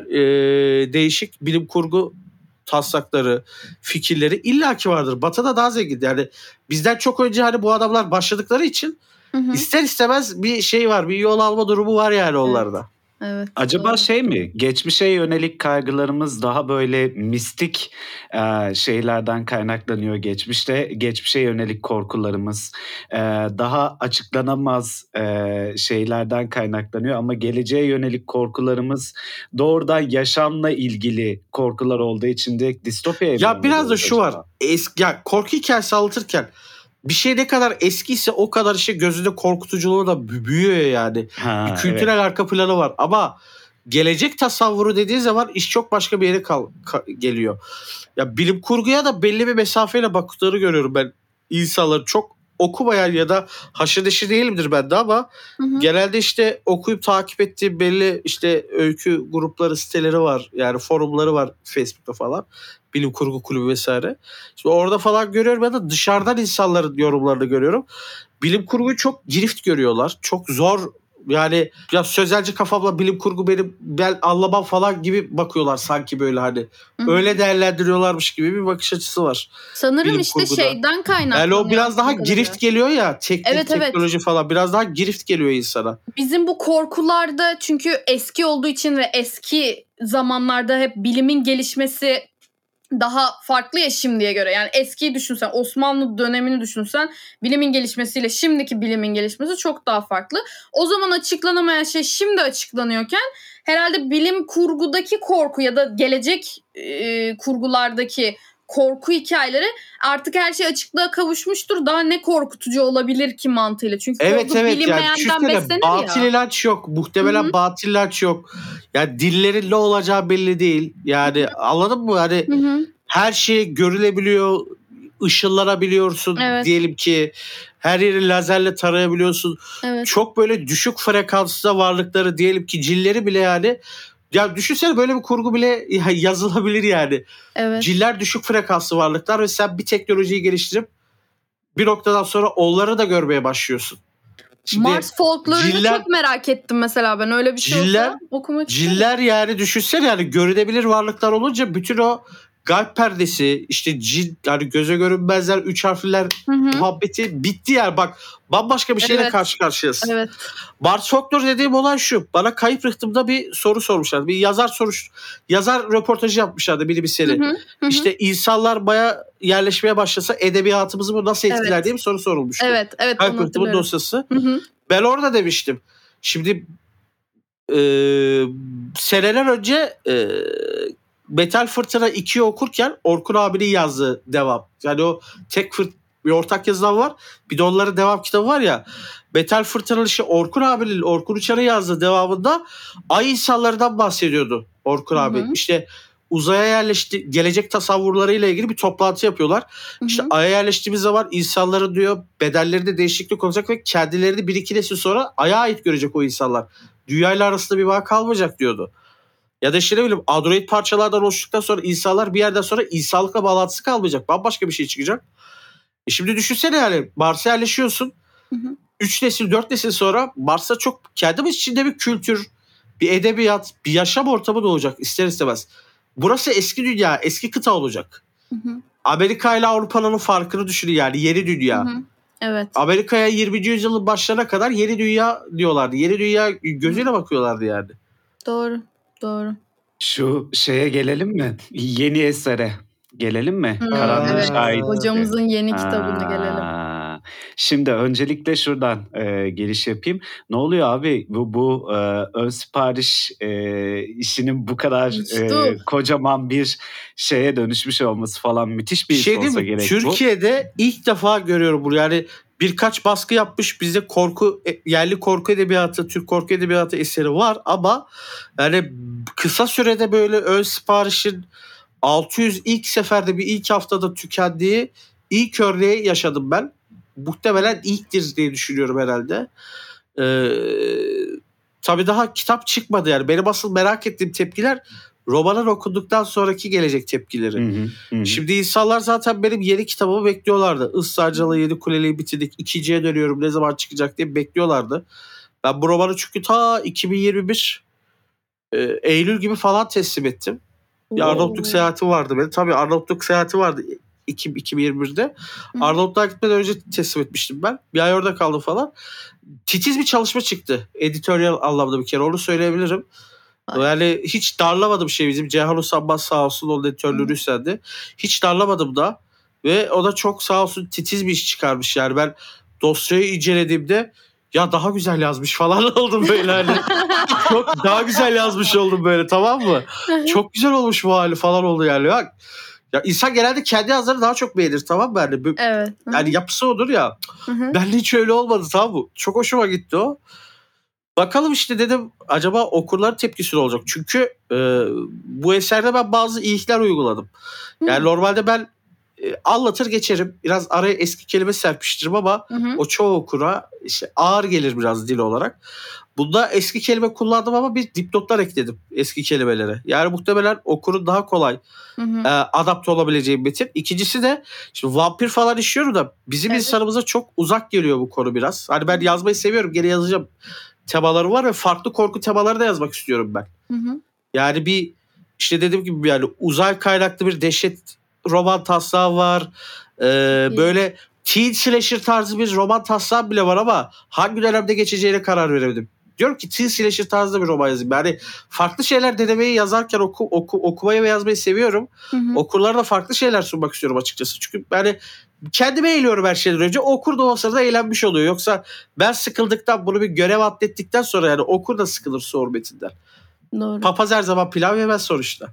değişik bilim kurgu taslakları, fikirleri illaki vardır. Batı'da daha zengin. Yani bizden çok önce hani bu adamlar başladıkları için ister istemez bir şey var. Bir yol alma durumu var yani onlarda. Evet. Acaba mi? Geçmişe yönelik kaygılarımız daha böyle mistik şeylerden kaynaklanıyor geçmişte. Geçmişe yönelik korkularımız daha açıklanamaz şeylerden kaynaklanıyor. Ama geleceğe yönelik korkularımız doğrudan yaşamla ilgili korkular olduğu için de distopyaya Ya biraz da şu acaba? var. Ya korku hikayesi anlatırken bir şey ne kadar eskiyse o kadar işte gözünde korkutuculuğu da büyüyor yani. Bir kültürel arka planı var. Ama gelecek tasavvuru dediği zaman iş çok başka bir yere geliyor. Ya bilim kurguya da belli bir mesafeyle baktıklarını görüyorum ben. İnsanları çok okumayan ya da haşır neşir değilimdir ben de ama genelde işte okuyup takip ettiğim belli işte öykü grupları, siteleri var. Yani forumları var Facebook'ta falan. Bilim kurgu kulübü vesaire. Şimdi orada falan görüyorum ya da dışarıdan insanların yorumlarını görüyorum. Bilim kurguyu çok girift görüyorlar. Çok zor yani ya sözelci kafamla bilim kurgu ben anlamam falan gibi bakıyorlar sanki böyle hani. Öyle değerlendiriyorlarmış gibi bir bakış açısı var. Sanırım bilim işte kurguda. şeyden kaynaklanıyor. Yani o biraz daha girift geliyor ya. Teknoloji falan biraz daha girift geliyor insana. Bizim bu korkularda çünkü eski olduğu için ve eski zamanlarda hep bilimin gelişmesi daha farklı ya şimdiye göre. Yani eskiyi düşünsen, Osmanlı dönemini düşünsen bilimin gelişmesiyle şimdiki bilimin gelişmesi çok daha farklı. O zaman açıklanamayan şey şimdi açıklanıyorken herhalde bilim kurgudaki korku ya da gelecek kurgulardaki korku hikayeleri artık her şey açıklığa kavuşmuştur. Daha ne korkutucu olabilir ki mantığıyla. Çünkü korku bilinmeyenden yani beslenir batıl ya. ilaç yok. Muhtemelen batıl ilaç yok. Yani dillerin ne olacağı belli değil. Yani anladın mı? Hani her şey görülebiliyor. Işınlanabiliyorsun diyelim ki. Her yeri lazerle tarayabiliyorsun. Evet. Çok böyle düşük frekanslı varlıkları diyelim ki cinleri bile yani. Ya düşünsene böyle bir kurgu bile yazılabilir yani. Evet. Cinler düşük frekanslı varlıklar ve sen bir teknolojiyi geliştirip bir noktadan sonra onları da görmeye başlıyorsun. Şimdi Mars folklorunu çok merak ettim mesela ben. Öyle bir şey olsa okumak isterim. Cinler yani düşünsene yani görünebilir varlıklar olunca bütün o gayb perdesi işte cin yani göze görünmezler 3 harfliler muhabbeti bitti yani bak bambaşka bir şeyle karşı karşıyayız. Evet. Mars folklor dediğim olay şu. Bana Kayıp Rıhtım'da bir soru sormuşlar. Bir yazar röportajı yapmışlardı bir seri. İşte insanlar Maya yerleşmeye başlasa edebiyatımızı bu nasıl etkiler diye bir soru sorulmuştu. Evet. Kayıp Rıhtım'ın dosyası. Ben orada demiştim. Şimdi seneler önce Metal Fırtına 2'yi okurken Orkun abinin yazdığı devam. Yani o bir ortak yazılan var. Bir de onların devam kitabı var ya. Metal Fırtına'nın işte Orkun Uçar'ın yazdığı devamında ay insanlarından bahsediyordu Orkun abi. İşte uzaya gelecek tasavvurlarıyla ilgili bir toplantı yapıyorlar. İşte aya yerleştiğimiz zaman insanların diyor bedenlerinde değişiklik olacak ve kendilerini 1-2 nesil sonra aya ait görecek o insanlar. Dünyayla arasında bir bağ kalmayacak diyordu. Ya da işte ne bileyim android parçalardan oluştuktan sonra insanlar bir yerden sonra insanlıkla bağlantısı kalmayacak. Bambaşka bir şey çıkacak. Şimdi düşünsene yani Mars'a yerleşiyorsun. 3 nesil 4 nesil sonra Mars'ta çok kendimiz içinde bir kültür, bir edebiyat, bir yaşam ortamı da olacak ister istemez. Burası eski dünya, eski kıta olacak. Amerika ile Avrupa'nın farkını düşünün yani yeni dünya. Hı hı. Evet. Amerika'ya 20. yüzyılın başlarına kadar yeni dünya diyorlardı. Yeni dünya gözüyle bakıyorlardı yani. Doğru. Doğru. Şu şeye gelelim mi? Yeni esere gelelim mi? Karanlık Evet. Şahit. Hocamızın yeni kitabına gelelim. Şimdi öncelikle şuradan giriş yapayım. Ne oluyor abi? Bu ön sipariş işinin bu kadar kocaman bir şeye dönüşmüş olması falan müthiş bir iş olsa gerek bu. Türkiye'de ilk defa görüyorum bunu. Yani birkaç baskı yapmış bizde yerli korku edebiyatı, Türk korku edebiyatı eseri var ama yani kısa sürede böyle ön siparişin 600 ilk seferde ilk haftada tükendiği ilk örneği yaşadım ben. Muhtemelen ilktir diye düşünüyorum herhalde. Tabii daha kitap çıkmadı yani. Benim asıl merak ettiğim tepkiler romanın okunduktan sonraki gelecek tepkileri. Şimdi insanlar zaten benim yeni kitabımı bekliyorlardı. Israrcalı Yedi Kuleli'yi bitirdik. 2'ciye dönüyorum ne zaman çıkacak diye bekliyorlardı. Ben bu romanı çünkü ta 2021 Eylül gibi falan teslim ettim. Bir Arnavutluk seyahati vardı benim. Tabii Arnavutluk seyahati vardı 2021'de. Arnavutluğa gitmeden önce teslim etmiştim ben. Bir ay orada kaldım falan. Titiz bir çalışma çıktı. Editoryal anlamda bir kere onu söyleyebilirim. Yani hiç darlamadım bizim. Ceyhan Usanmaz sağ olsun onun editörlüğünü üstlendi. Hiç darlamadım da. Ve o da çok sağ olsun titiz bir iş çıkarmış yani. Ben dosyayı incelediğimde ya daha güzel yazmış falan oldum böyle hani. Çok daha güzel yazmış oldum böyle, tamam mı? Çok güzel olmuş bu hali falan oldu yani. Ya insan genelde kendi yazılarını daha çok beğenir, tamam mı? Yani, evet. Yani yapısı odur ya. Ben hiç öyle olmadı, tamam mı? Çok hoşuma gitti o. Bakalım işte dedim acaba okurların tepkisi ne olacak? Çünkü bu eserde ben bazı iyilikler uyguladım. Yani normalde ben anlatır geçerim. Biraz araya eski kelime serpiştiririm ama o çoğu okura işte ağır gelir biraz dil olarak. Bunda eski kelime kullandım ama bir dipnotlar ekledim eski kelimelere. Yani muhtemelen okurun daha kolay adapte olabileceği bir metin. İkincisi de şimdi vampir falan işliyorum da bizim insanımıza çok uzak geliyor bu konu biraz. Hani ben yazmayı seviyorum, gene yazacağım. Temaları var ve farklı korku temaları da yazmak istiyorum ben. Yani bir işte dediğim gibi yani uzay kaynaklı bir dehşet roman taslağı var. Böyle teen slasher tarzı bir roman taslağı bile var ama hangi dönemde geçeceğine karar veremedim. Diyorum ki teen slasher tarzında bir roman yazayım. Yani farklı şeyler denemeyi yazarken okumayı ve yazmayı seviyorum. Okurlara da farklı şeyler sunmak istiyorum açıkçası. Çünkü yani kendime eğiliyorum her şeyden önce. Okur da o sırada eğlenmiş oluyor. Yoksa ben sıkıldıktan bunu bir görev atlettikten sonra yani okur da sıkılır soru metinden. Doğru. Papaz her zaman pilav yemez sonuçta.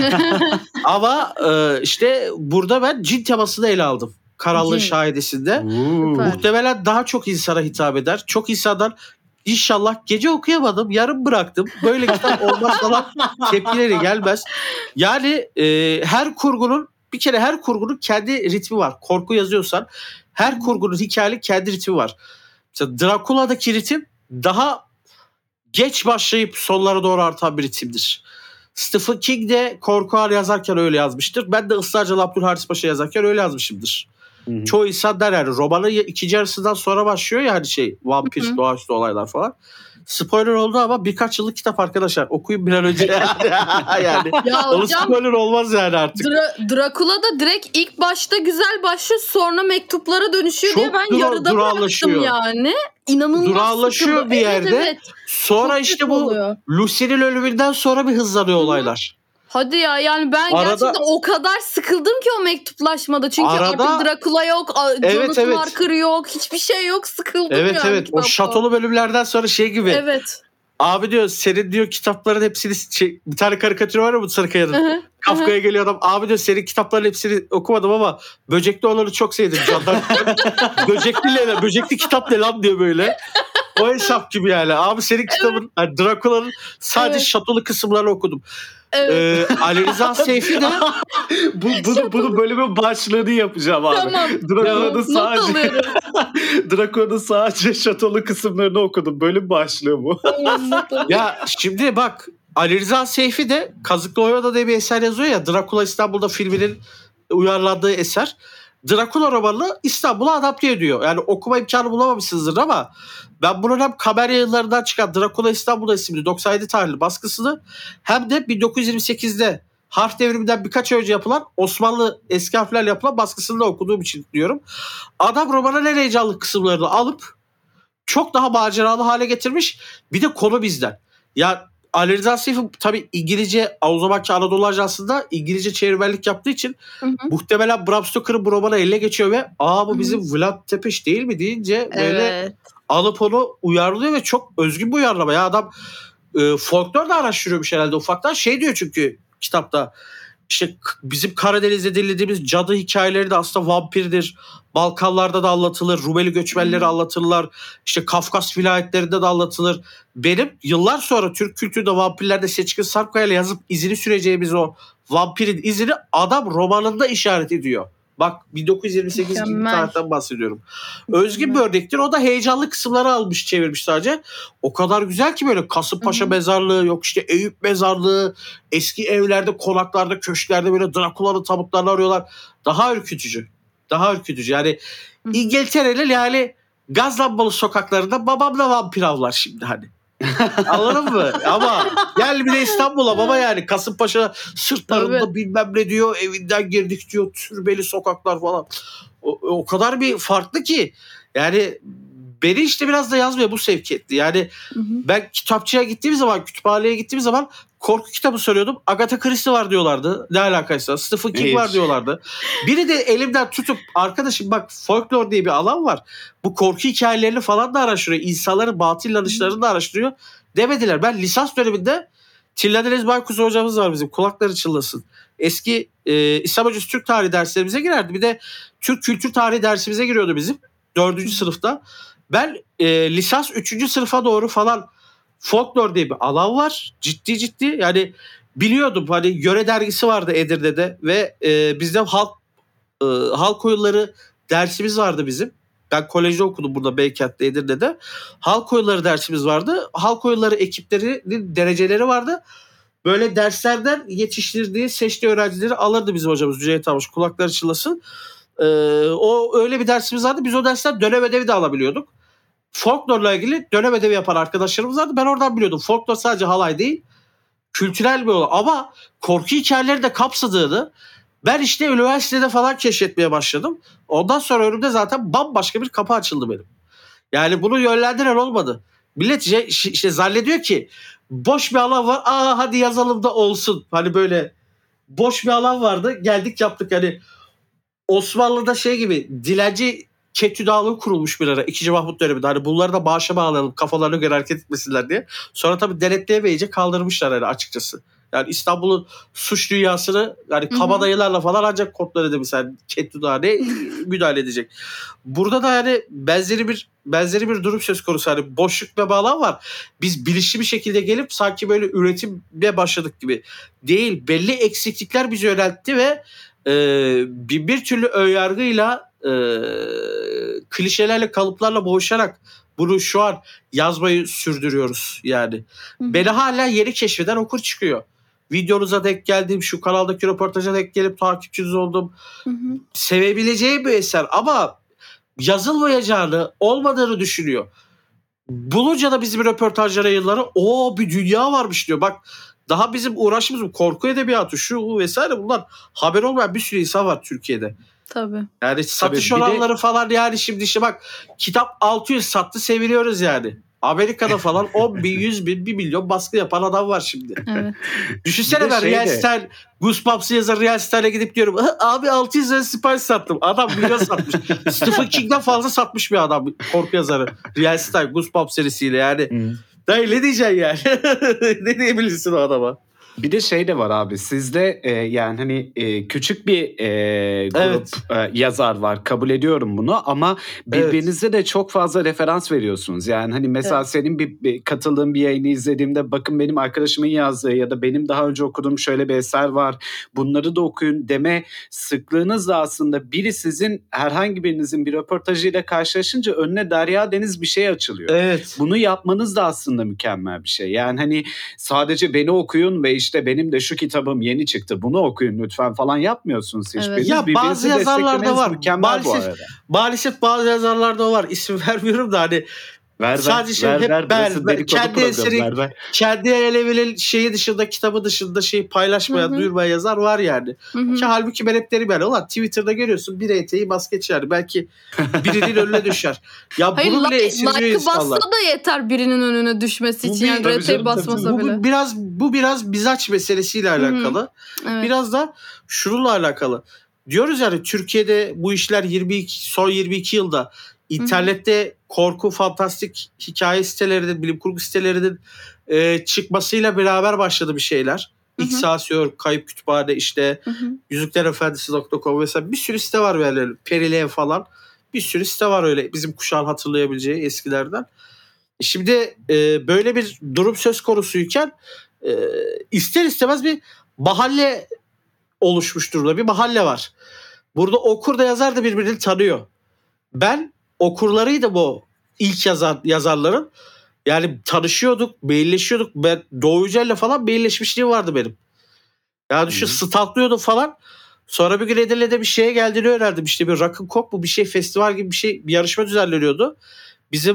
Ama işte burada ben cin temasını ele aldım. Karanlığın Şahidesi'nde. Muhtemelen daha çok insana hitap eder. Çok insanlar İnşallah gece okuyamadım, yarım bıraktım. Böyle kitap olmaz falan tepkileri gelmez. Yani her kurgunun kendi ritmi var. Korku yazıyorsan her kurgunun hikayenin kendi ritmi var. Mesela Dracula'daki ritim daha geç başlayıp sonlara doğru artan bir ritimdir. Stephen King de korku ağır yazarken öyle yazmıştır. Ben de Israrcalı Abdülharis Paşa yazarken öyle yazmışımdır. Çoğu insan der yani romanın ikinci yarısından sonra başlıyor ya hani vampir, doğaüstü olaylar falan. Spoiler oldu ama birkaç yıllık kitap arkadaşlar. Okuyun bir an önce yani. Ya onun hocam, spoiler olmaz yani artık. Dracula da direkt ilk başta güzel başlıyor sonra mektuplara dönüşüyor çok diye ben yarıda bıraktım yani. İnanılmaz durağanlaşıyor bir yerde. Evet. Sonra çok işte bu Lucy'nin ölümünden sonra bir hızlanıyor olaylar. Hadi ya yani ben gerçekten o kadar sıkıldım ki o mektuplaşmada. Çünkü artık Dracula yok, Jonathan Harker yok, hiçbir şey yok, sıkıldım yani. Evet o şatolu bölümlerden sonra gibi. Evet. Abi diyor senin diyor kitapların hepsini bir tane karikatür var ya bu Sarıkaya'nın. Kafka'ya geliyor adam. Abi diyor senin kitapların hepsini okumadım ama böcekli olanı çok sevdim. Böcekli kitap ne lan diyor böyle. O hesap gibi yani. Abi senin kitabın yani Dracula'nın sadece şatolu kısımlarını okudum. Evet. Ali Rıza Seyfi de bunu bölümün başlığını yapacağım abi. Tamam. Dracula'nın sadece şatolu kısımlarını okudum. Bölüm başlığı bu. Ya şimdi bak Ali Rıza Seyfi de Kazıklı Oya'da diye bir eser yazıyor ya. Dracula İstanbul'da filminin uyarlandığı eser. Dracula romanını İstanbul'a adapte ediyor. Yani okuma imkanı bulamamışsınızdır ama ben bunun hem Kamer Yayınları'ndan çıkan Dracula İstanbul'da isimli 97 tarihli baskısını hem de 1928'de harf devriminden birkaç önce yapılan Osmanlı eski harflerle yapılan baskısını da okuduğum için diyorum. Adam romanın en heyecanlı kısımlarını alıp çok daha maceralı hale getirmiş. Bir de konu bizden. Ya Ali Rıza Seyfi tabii İngilizce, o zamanki Anadolu Ajansı'nda İngilizce çevirmenlik yaptığı için muhtemelen Bram Stoker'ın bu romanı eline geçiyor ve bu bizim Vlad Tepes değil mi deyince böyle alıp onu uyarlıyor ve çok özgün bir uyarlama. Ya adam folklor da araştırıyormuş herhalde ufaktan. Şey diyor çünkü kitapta işte bizim Karadeniz'de dinlediğimiz cadı hikayeleri de aslında vampirdir. Balkanlarda da anlatılır. Rumeli göçmenleri anlatırlar. İşte Kafkas vilayetlerinde de anlatılır. Benim yıllar sonra Türk kültüründe vampirlerde Seçkin Sarpkaya'yla yazıp izini süreceğimiz o vampirin izini adam romanında işaret ediyor. Bak 1928 gibi bir tarihten bahsediyorum. Özgün bir örnektir. O da heyecanlı kısımları almış çevirmiş sadece. O kadar güzel ki böyle Kasımpaşa mezarlığı yok işte Eyüp mezarlığı eski evlerde konaklarda köşklerde böyle Drakula'nın tabutlarını arıyorlar. Daha ürkütücü. Daha ürkütücü. Yani İngiltere'li yani Gazlanmalı sokaklarında babamla vampir avlar şimdi hani. Anladın mı? Ama gel bir de İstanbul'a baba yani Kasımpaşa sırtlarında bilmem ne diyor evinden girdik diyor türbeli sokaklar falan. O kadar bir farklı ki yani beni işte biraz da yazmaya bu sevk etti. Yani ben kitapçıya gittiğim zaman kütüphaneye gittiğim zaman korku kitabı soruyordum. Agatha Christie var diyorlardı. Ne alakaysa. Stephen King var diyorlardı. Biri de elimden tutup arkadaşım bak folklor diye bir alan var. Bu korku hikayelerini falan da araştırıyor. İnsanların batıl inanışlarını da araştırıyor. Demediler. Ben lisans döneminde Tilla Deniz Baykuş hocamız var bizim. Kulakları çınlasın. Eski İslam Hocası Türk tarihi derslerimize girerdi. Bir de Türk kültür tarihi dersimize giriyordu bizim. 4. sınıfta. Ben lisans 3. sınıfa doğru falan folklor diye bir alan var. Ciddi yani biliyordum hani Yöre dergisi vardı Edirne'de ve bizde halk oyunları dersimiz vardı bizim. Ben kolejde okudum burada Beykent'te Edirne'de. Halk oyunları dersimiz vardı. Halk oyunları ekiplerinin dereceleri vardı. Böyle derslerden yetiştirdiği, seçtiği öğrencileri alırdı bizim hocamız Cüneyt Avuç. Kulakları çınlasın. O öyle bir dersimiz vardı. Biz o dersten dönem ödevi de alabiliyorduk. Folklorla ilgili dönem ödevi yapan arkadaşlarımız vardı. Ben oradan biliyordum. Folklor sadece halay değil, kültürel bir olay. Ama korku hikayeleri de kapsadığını ben işte üniversitede falan keşfetmeye başladım. Ondan sonra önümde zaten bambaşka bir kapı açıldı benim. Yani bunu yönlendiren olmadı. Millet işte zannediyor ki boş bir alan var. Hadi yazalım da olsun. Hani böyle boş bir alan vardı. Geldik yaptık. Hani Osmanlı'da şey gibi dilenci Ketüdağlığı kurulmuş bir ara. 2. Mahmut döneminde. Hani bunları da bağışa bağlayalım kafalarına göre hareket etmesinler diye. Sonra tabii denetleyemeyince kaldırmışlar hani açıkçası. Yani İstanbul'un suç dünyasını yani kabadayılarla falan ancak kontrol edebilirsin. Yani Ketüdağ ne müdahale edecek. Burada da yani benzeri bir durum söz konusu. Hani boşluk ve bağlam var. Biz bilinçli bir şekilde gelip sanki böyle üretime başladık gibi. Değil. Belli eksiklikler bizi yöneltti ve bir türlü önyargıyla klişelerle kalıplarla boğuşarak bunu şu an yazmayı sürdürüyoruz yani. Beni hala yeni keşfeden okur çıkıyor. Videonuza denk geldim, şu kanaldaki röportaja denk gelip takipçiniz oldum. Sevebileceğim bir eser ama yazılmayacağını, olmadığını düşünüyor. Bulunca da bizim röportajlara yılları bir dünya varmış diyor. Bak daha bizim uğraşımız korku edebiyatı şu vesaire bunlar haber olmayan bir sürü insan var Türkiye'de. Tabii. Yani satış oranları falan yani şimdi işte bak kitap 600 sattı seviniyoruz yani. Amerika'da falan 10 bin, 100 bin, 1 milyon baskı yapan adam var şimdi. Evet. Düşünsene ben Real Style, Goosebumps'ı yazar Real Style'a gidip diyorum. Abi 600 lira sipariş sattım. Adam milyon satmış. Stephen King'den fazla satmış bir adam korku yazarı. Real Style, Goosebumps serisiyle yani. Dayı ne diyeceksin yani? Ne diyebilirsin o adama? Bir de şey de var abi sizde yani hani küçük bir grup yazar var kabul ediyorum bunu ama birbirinize de çok fazla referans veriyorsunuz. Yani hani mesela senin bir katıldığın bir yayını izlediğimde bakın benim arkadaşımın yazdığı ya da benim daha önce okuduğum şöyle bir eser var bunları da okuyun deme sıklığınızla aslında biri sizin herhangi birinizin bir röportajıyla karşılaşınca önüne derya deniz bir şey açılıyor. Evet. Bunu yapmanız da aslında mükemmel bir şey. Yani hani sadece beni okuyun ve işte benim de şu kitabım yeni çıktı bunu okuyun lütfen falan yapmıyorsunuz hiçbiriniz. Evet. Ya bazı yazarlarda var. Maalesef bazı yazarlarda var. İsim vermiyorum da hani Sadece ver, hep burası dedikodu kendi programı, eseri, ver. kendi elevinin şeyi dışında, kitabı dışında şeyi paylaşmayan, duyurmayan yazar var yani. Ki halbuki ben hep derim yani, ulan Twitter'da görüyorsun bir eteği bas geç yani. Belki birinin önüne düşer. Ya Hayır, bunu bile esirgiyor like'ı insanlar. bassa da yeter birinin önüne düşmesi Bu için. Yani tabii RT canım, basmasa tabii. bile. Bu biraz mizaç meselesiyle alakalı. Evet. Biraz da şununla alakalı. Diyoruz yani Türkiye'de bu işler son 22 yılda internette korku, fantastik hikaye sitelerinin, bilim kurgu sitelerinin çıkmasıyla beraber başladı bir şeyler. Excelsior, Kayıp Kütüphane, işte yüzüklerefendisi.com vesaire bir sürü site var böyle. Perilev falan. Bir sürü site var öyle bizim kuşağın hatırlayabileceği eskilerden. Şimdi böyle bir durum söz konusuyken ister istemez bir mahalle oluşmuş durumda. Bir mahalle var. Burada okur da yazar da birbirini tanıyor. Ben okurlarıydım o ilk yazarların. Yani tanışıyorduk, mailleşiyorduk. Ben Doğu Yücel'le falan mailleşmişliğim vardı benim. Yani düşün, stalklıyordum falan. Sonra bir gün Edirne'de bir şeye geldiğini öğrendim. İşte bir Rock'n'Cock bu bir şey, festival gibi bir şey, bir yarışma düzenleniyordu. Bizim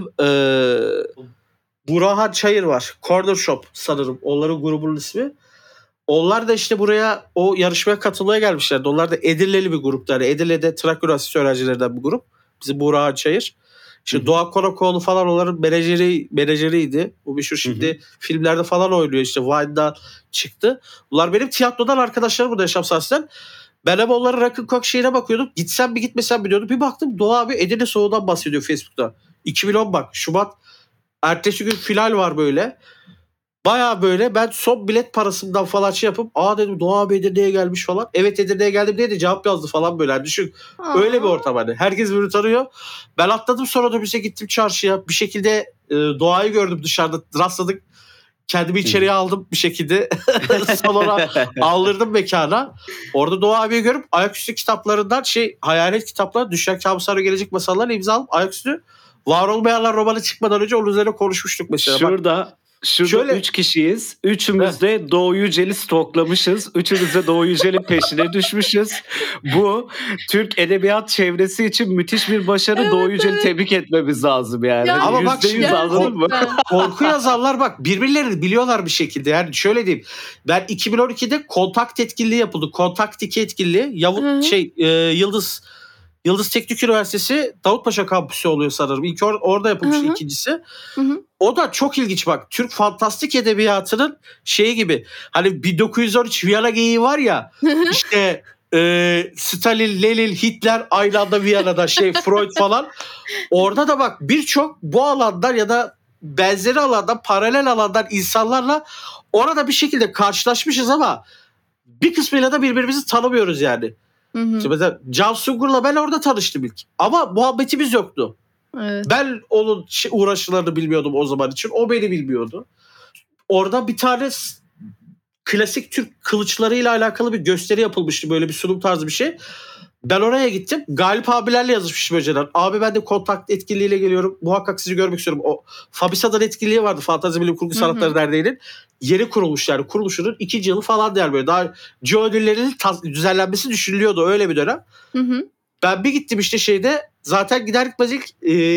Burhan Çayır var. Corner Shop sanırım. Onların grubunun ismi. Onlar da işte buraya o yarışmaya katılmaya gelmişlerdi. Onlar da Edirne'li bir gruptu. Yani Edirne'de Trakya Üniversitesi öğrencilerinden bir grup. Bizim Burhan Çayır. İşte Doğa Konakoğlu falan onların menajeriydi. Bu meşhur şimdi filmlerde falan oynuyor. İşte Vine'dan çıktı. Bunlar benim tiyatrodan arkadaşlarım burada, yaşam sahnesinden. Ben hem onların Rock'n'Cock şeyine bakıyordum. Gitsem mi gitmesem mi diyordum. Bir baktım Doğa abi Edirne Soğuğu'dan bahsediyor Facebook'ta. 2010 bak, Şubat. Ertesi gün final var böyle. Baya böyle ben son bilet parasından falan şey yapıp dedim Doğa abi Edirne'ye gelmiş falan. Evet Edirne'ye geldim diye de cevap yazdı falan böyle. Yani düşün, öyle bir ortam hani. Herkes birbirini tanıyor. Ben atladım, sonra otobüse gittim çarşıya. Bir şekilde Doğa'yı gördüm dışarıda, rastladık. Kendimi içeriye aldım bir şekilde. Salona aldırdım mekana. Orada Doğa abiyi görüp ayaküstü kitaplarından hayalet kitaplar, Düşen Kabuslara Gelecek Masallarını imza alıp ayaküstü Var Olmayanlar romanı çıkmadan önce onun üzerine konuşmuştuk mesela. Şurada Şöyle- 3 kişiyiz. Üçümüz de Doğu Yücel'i stoklamışız. Üçümüz de Doğu Yücel'in peşine düşmüşüz. Bu Türk edebiyat çevresi için müthiş bir başarı. Evet, Doğu Yücel'i tebrik etmemiz lazım yani. Ya, ama bak %100 şimdi- anladın mı? Korku yazarlar bak birbirlerini biliyorlar bir şekilde. Yani şöyle diyeyim. Ben 2012'de kontakt etkinliği yapıldı. Kontakt 2 etkinliği. Yıldız Teknik Üniversitesi Davutpaşa kampüsü oluyor sanırım. İlk orada yapılmış, ikincisi. O da çok ilginç bak. Türk fantastik edebiyatının şeyi gibi. Hani 1913 Viyana geyiği var ya. İşte Stalin, Lenin, Hitler aynı anda Viyana'da, Freud falan. Orada da bak birçok bu alandan ya da benzeri alandan, paralel alandan insanlarla orada bir şekilde karşılaşmışız ama bir kısmıyla da birbirimizi tanımıyoruz yani. İşte mesela Can Sungur'la ben orada tanıştım ilk. Ama muhabbetimiz yoktu. Evet. Ben onun uğraşılarını bilmiyordum o zaman için. O beni bilmiyordu. Orada bir tane klasik Türk kılıçlarıyla alakalı bir gösteri yapılmıştı. Böyle bir sunum tarzı bir şey. Ben oraya gittim. Galip abilerle yazışmışım önceden. Abi ben de kontakt etkinliğiyle geliyorum. Muhakkak sizi görmek istiyorum. O Fabisa'dan etkinliği vardı. Fantazi Bilim Kurgu Sanatları Derneği'nin. Yeni kurulmuş yani. Kuruluşunun 2. yılı falan der böyle. Daha Joe ödüllerinin düzenlenmesi düşünülüyordu öyle bir dönem. Ben bir gittim işte zaten gider gitmez ilk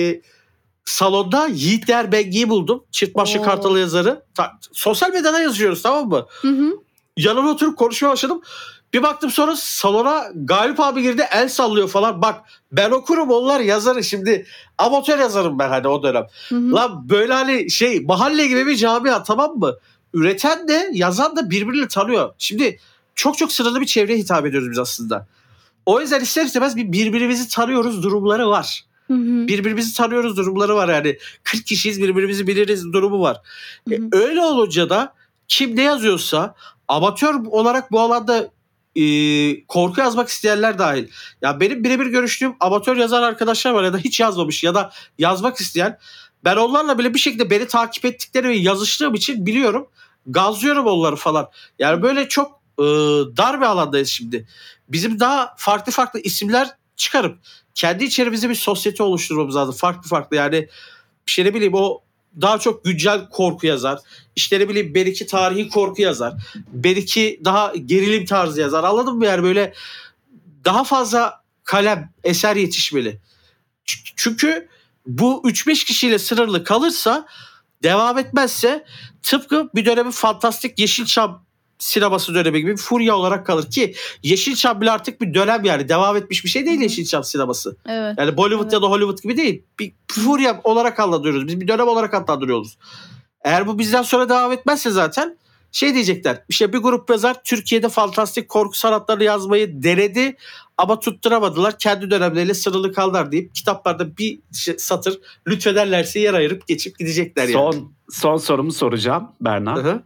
salonda Yiğit Değer Bengi'yi buldum. Çift başlı Kartalı yazarı. Sosyal medyada yazıyoruz, tamam mı? Yanına oturup konuşmaya başladım. Bir baktım sonra salona Galip abi girdi, el sallıyor falan. Bak ben okurum, onlar yazarı, şimdi amatör yazarım ben hani o dönem. Lan böyle hani mahalle gibi bir camia, tamam mı? Üreten de yazan da birbirini tanıyor. Şimdi çok sınırlı bir çevreye hitap ediyoruz biz aslında. O yüzden ister istemez birbirimizi tanıyoruz durumları var. Birbirimizi tanıyoruz durumları var yani. 40 kişiyiz, birbirimizi biliriz durumu var. Öyle olunca da kim ne yazıyorsa amatör olarak bu alanda korku yazmak isteyenler dahil. Ya benim birebir görüştüğüm amatör yazar arkadaşlar var ya da hiç yazmamış ya da yazmak isteyen. Ben onlarla bile bir şekilde beni takip ettikleri ve yazıştığım için biliyorum. Gazlıyorum onları falan. Yani böyle çok dar bir alandayız şimdi. Bizim daha farklı isimler çıkarıp kendi içerimizde bir sosyete oluşturmamız lazım. Farklı yani ne bileyim, o daha çok güncel korku yazar. İşte ne bileyim belki tarihi korku yazar. Belki daha gerilim tarzı yazar. Anladın mı yani, böyle daha fazla kalem, eser yetişmeli. Çünkü bu 3-5 kişiyle sınırlı kalırsa, devam etmezse tıpkı bir dönemin fantastik Yeşilçam sineması dönemi gibi bir furya olarak kalır ki Yeşilçam bile artık bir dönem, yani devam etmiş bir şey değil Yeşilçam sineması. Evet. Yani Bollywood Evet. ya da Hollywood gibi değil. Bir furya olarak adlandırıyoruz. Biz bir dönem olarak adlandırıyoruz. Eğer bu bizden sonra devam etmezse zaten şey diyecekler. İşte bir grup yazar Türkiye'de fantastik korku sanatlarını yazmayı denedi ama tutturamadılar. Kendi dönemleriyle sınırlı kaldılar deyip kitaplarda bir satır lütfederlerse yer ayırıp geçip gidecekler yani. Son sorumu soracağım Berna. Hı-hı.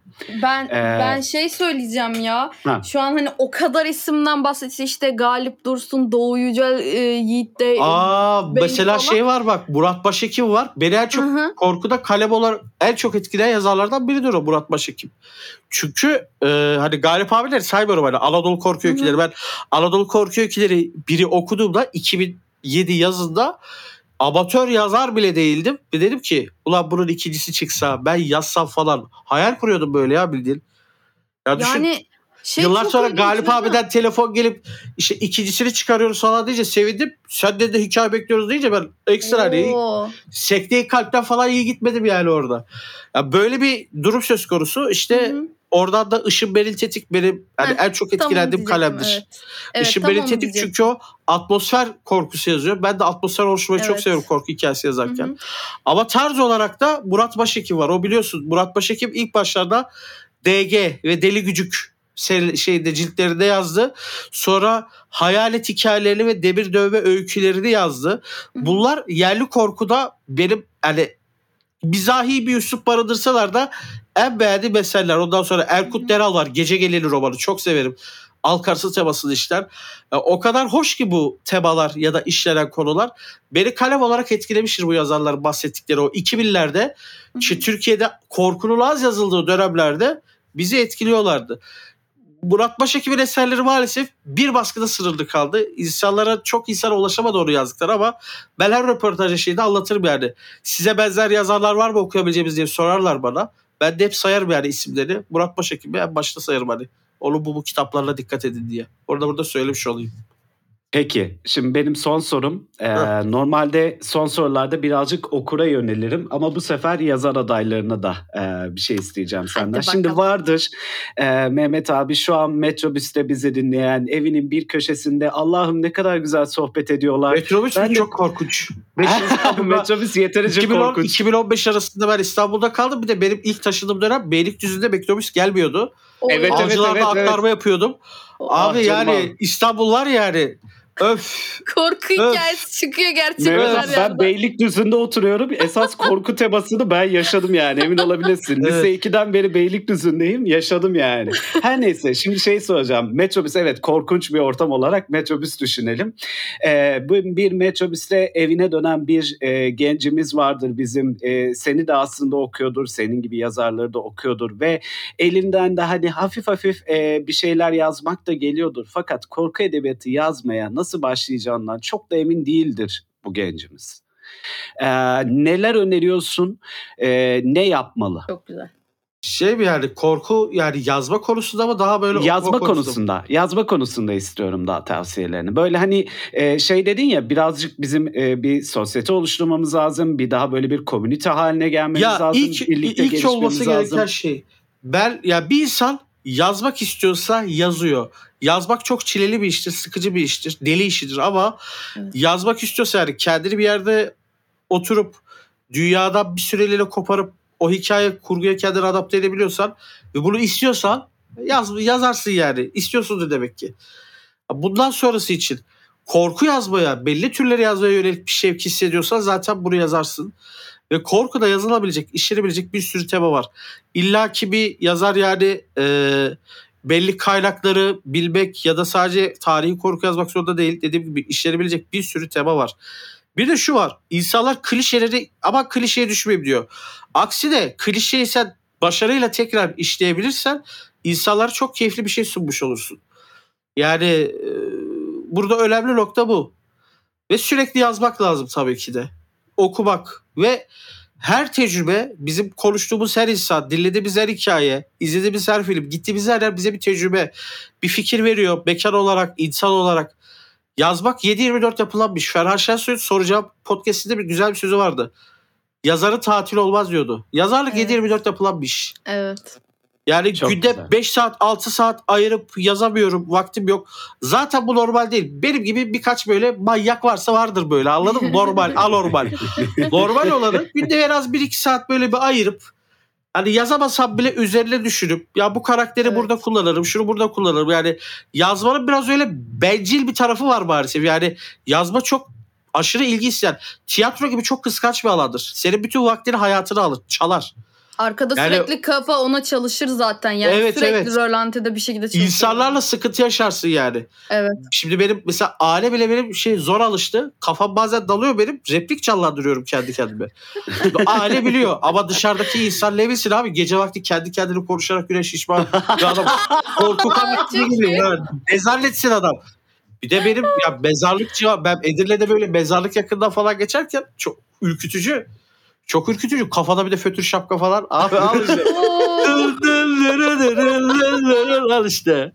Ben şey söyleyeceğim ya. Ha. Şu an hani o kadar isimden bahsediyor, işte Galip Dursun, Doğu Yücel, Yiğit de. Mesela falan. şey var bak, Murat Başhekim var. Beni en çok Hı-hı. korkuda kalem olarak en çok etkileyen yazarlardan biridir o Murat Başhekim. Çünkü hani Galip abileri saymıyorum, hani Anadolu Korku Öyküleri. Ben Anadolu Korku Öyküleri biri okuduğumda 2007 yazında amatör yazar bile değildim. Ve dedim ki ulan bunun ikincisi çıksa ben yazsam falan. Hayal kuruyordum böyle ya, bildiğin. Ya düşün, Yani yıllar çok sonra ilginç Galip değil mi? abiden telefon gelip işte ikincisini çıkarıyoruz falan deyince sevindim. Senden de hikaye bekliyoruz deyince ben ekstra hani Oo. sekteyi kalpten falan iyi gitmedim yani orada. Ya böyle bir durum söz konusu. İşte Hı-hı. oradan da Işın Beril Tetik benim hani en çok Tam onu etkilendiğim diyecektim, kalemdir. evet. Işın tam Beril onu Tetik diyecektim. çünkü o atmosfer korkusu yazıyor. Ben de atmosfer oluşturmayı çok Evet. seviyorum korku hikayesi yazarken. Hı-hı. Ama tarz olarak da Murat Başhekim var. O biliyorsun, Murat Başhekim ilk başlarda DG ve Deli Gücük ciltlerinde yazdı. Sonra hayalet hikayelerini ve demir dövme öykülerini yazdı. Bunlar yerli korkuda benim hani mizahi bir üslup barındırsalar da en beğendiğim eserler. Ondan sonra Erkut Deral var. Gece Geleli romanı. Çok severim. Alkarsız temasını işler. O kadar hoş ki bu temalar ya da işlenen konular. Beni kalem olarak etkilemiştir bu yazarların bahsettikleri o 2000'lerde. Ki Türkiye'de korkunun az yazıldığı dönemlerde bizi etkiliyorlardı. Murat Başhekim'in eserleri maalesef bir baskıda sınırlı kaldı. İnsanlara, çok insana ulaşamadı onu yazdıklar ama ben her röportajda şeyde anlatırım yani. Size benzer yazarlar var mı okuyabileceğimiz diye sorarlar bana. Ben de hep sayarım yani isimleri. Murat Başhekim'i en başta sayarım hani. Onun bu kitaplarla dikkat edin diye. Burada söylemiş olayım. Peki, şimdi benim son sorum. Normalde son sorularda birazcık okura yönelirim ama bu sefer yazar adaylarına da bir şey isteyeceğim senden. bakalım. Şimdi vardır Mehmet abi şu an metrobüste bizi dinleyen, evinin bir köşesinde Allah'ım ne kadar güzel sohbet ediyorlar. Metrobüs Ben de- çok korkunç. Metrobüs yeterince korkunç. 2015 arasında ben İstanbul'da kaldım. Bir de benim ilk taşındığım dönem Beylikdüzü'nde metrobüs gelmiyordu. Evet, Avcılarda aktarma yapıyordum. Abi Ah, yani canım. İstanbul var yani. Öf. Korku hikayesi çıkıyor gerçekten Mehmet her abi, ben yerden. Beylikdüzü'nde oturuyorum. Esas korku temasını ben yaşadım yani, emin olabilirsin. Evet. Lise 2'den beri Beylikdüzü'ndeyim, yaşadım yani. Her neyse, şimdi şey soracağım. Metrobüs, evet, korkunç bir ortam olarak metrobüs düşünelim. Bu bir metrobüste evine dönen bir gencimiz vardır bizim. Seni de aslında okuyordur, senin gibi yazarları da okuyordur ve elinden de hani hafif hafif bir şeyler yazmak da geliyordur. Fakat korku edebiyatı yazmaya nasıl başlayacağından çok da emin değildir bu gencimiz. Neler öneriyorsun? Ne yapmalı? Çok güzel. Şey mi yani, korku yani yazma konusunda mı daha böyle Yazma okuma konusunda mı? yazma konusunda istiyorum daha tavsiyelerini. Böyle hani şey dedin ya, birazcık bizim bir sosyete oluşturmamız lazım. Bir daha böyle bir komünite haline gelmemiz Ya lazım. ilk Birlikte gelişmemiz olması lazım. gereken şey. Bir insan yazmak istiyorsa yazıyor. Yazmak çok çileli bir iştir, sıkıcı bir iştir, deli işidir ama Evet. yazmak istiyorsa yani kendini bir yerde oturup dünyadan bir süreliğine koparıp o hikaye kurguya kendini adapte edebiliyorsan ve bunu istiyorsan yazarsın yani. İstiyorsundur demek ki. Bundan sonrası için korku yazmaya, belli türleri yazmaya yönelik bir şevk hissediyorsan zaten bunu yazarsın. Ve korkuda yazılabilecek, işlenebilecek bir sürü tema var. İlla ki bir yazar yani belli kaynakları bilmek ya da sadece tarihi korku yazmak zorunda değil. Dediğim gibi işlenebilecek bir sürü tema var. Bir de şu var. İnsanlar klişeleri ama klişeye düşmeyeyim diyor. Aksine klişeyi sen başarıyla tekrar işleyebilirsen insanlara çok keyifli bir şey sunmuş olursun. Yani burada önemli nokta bu. Ve sürekli yazmak lazım tabii ki de. Okumak ve her tecrübe, bizim konuştuğumuz her insan, dinlediğimiz her hikaye, izlediğimiz her film, gittiğimiz her yer bize bir tecrübe, bir fikir veriyor. Mekan olarak, insan olarak. Yazmak 7/24 yapılan bir iş. Ferhan Şensoy'un Soru Cevap podcast'inde bir güzel bir sözü vardı. Yazarı tatil olmaz diyordu. Yazarlık Evet. 7/24 yapılan bir iş. Evet. Yani Çok günde güzel. 5 saat 6 saat ayırıp yazamıyorum. Vaktim yok. Zaten bu normal değil. Benim gibi birkaç böyle manyak varsa vardır böyle, anladın mı? Normal, anormal. Normal olanı günde en az 1-2 saat böyle bir ayırıp hani yazamasam bile üzerine düşünüp ya bu karakteri Evet. burada kullanırım, şunu burada kullanırım. Yani yazmanın biraz öyle bencil bir tarafı var maalesef. Yani yazma çok aşırı ilgi isteyen. Tiyatro gibi çok kıskanç bir alandır. Senin bütün vaktini, hayatını alır, çalar. Arkada Yani- sürekli kafa ona çalışır zaten. Yani Evet, sürekli evet. rölantide bir şekilde çalışır. İnsanlarla sıkıntı yaşarsın yani. Evet. Şimdi benim mesela aile bile benim zor alıştı. Kafam bazen dalıyor benim. Replik canlandırıyorum kendi kendime. Aile biliyor ama dışarıdaki insan ne bilsin abi. Gece vakti kendi kendine konuşarak güneş şişman bir adam. Korku kamerası çok gibi. iyi. Yani. Ne zannetsin adam. Bir de benim ya mezarlıkçı, ben Edirne'de böyle mezarlık yakından falan geçerken çok ürkütücü. Çok ürkütücü. Kafada bir de fötür şapka falan. Abi al işte. Oo. Al işte.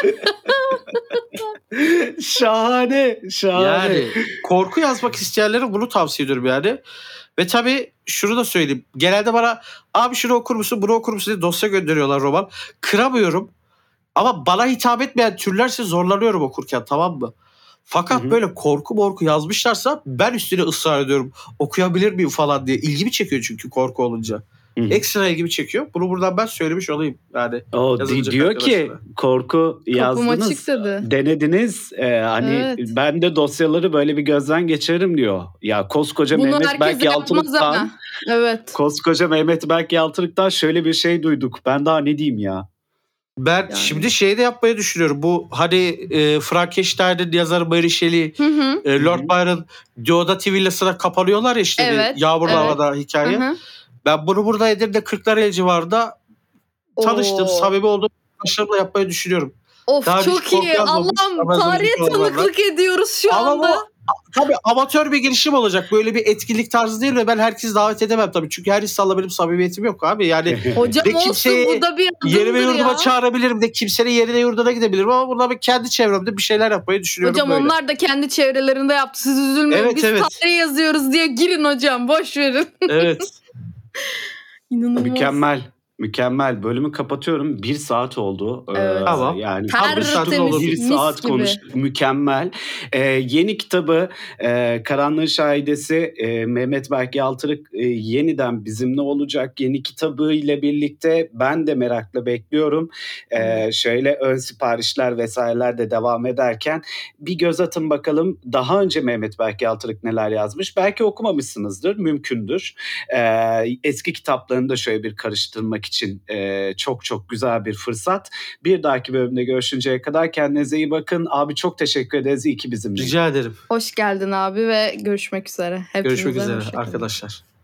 Şahane. Yani korku yazmak isteyenlere bunu tavsiye ediyorum yani. Ve tabii şunu da söyleyeyim. Genelde bana abi şunu okur musun, bunu okur musun diye dosya gönderiyorlar, roman. Kıramıyorum. Ama bana hitap etmeyen türlerse zorlanıyorum okurken, tamam mı? Fakat Hı hı. böyle korku yazmışlarsa ben üstüne ısrar ediyorum. Okuyabilir miyim falan diye. İlgimi çekiyor çünkü korku olunca. Hı hı. Ekstra ilgimi çekiyor. Bunu buradan ben söylemiş olayım. Yani O yazılacak diyor ki arkadaşlara. korku Kapım yazdınız, açık dedi. denediniz. Hani Evet. ben de dosyaları böyle bir gözden geçiririm diyor. Ya koskoca Bunu Mehmet herkes Berk de yapmaz ama. Yaltırık'tan, Evet. koskoca Mehmet Berk Yaltırık'tan şöyle bir şey duyduk. Ben daha ne diyeyim ya? Ben Yani. şimdi şey de yapmayı düşünüyorum. Bu hani Frankenstein'in yazarı Mary Shelley, Hı hı. Lord Byron Deodati villasına kapanıyorlar ya işte Evet, yağmurlu evet. havada hikaye. Hı hı. Ben bunu burada Edirne Kırklareli civarında tanıştım, Oo. samimi olduğum arkadaşlarımla yapmayı düşünüyorum. Of Daha önce hiç çok iyi. korku yazmamış, Allah'ım ama tarihe yazılmış olanlardan. tanıklık ediyoruz şu Ama anda. bu tabii amatör bir girişim olacak. Böyle bir etkinlik tarzı değil ve ben herkesi davet edemem tabii. Çünkü her insanla benim samimiyetim yok abi. Yani Hocam Ne olsun kimseyi bu da bir yerime adımdır yurduma ya. çağırabilirim de kimsenin yerine yurduna gidebilirim ama burada ben kendi çevremde bir şeyler yapmayı düşünüyorum Hocam böyle. onlar da kendi çevrelerinde yaptı. Siz üzülmeyin. Evet, Biz evet. tarih yazıyoruz diye girin hocam. Boş verin. Evet. İnanılmaz. Mükemmel. Mükemmel. Bölümü kapatıyorum. 1 saat oldu. Evet. Tamam. Yani Tam bir saat Tertemiz, oldu. 1 mis saat gibi. konuştuk. Mükemmel. Yeni kitabı Karanlığın Şahidesi, Mehmet Berk Yaltırık yeniden bizimle olacak. Yeni kitabı ile birlikte ben de merakla bekliyorum. Şöyle ön siparişler vesaireler de devam ederken bir göz atın bakalım. Daha önce Mehmet Berk Yaltırık neler yazmış? Belki okumamışsınızdır. Mümkündür. Eski kitaplarını da şöyle bir karıştırmak için çok çok güzel bir fırsat. Bir dahaki bölümde görüşünceye kadar kendinize iyi bakın. Abi çok teşekkür ederiz. İyi ki bizimle. Rica ederim. Hoş geldin abi ve görüşmek üzere. Hepinize Görüşmek üzere hoşça kalın. arkadaşlar.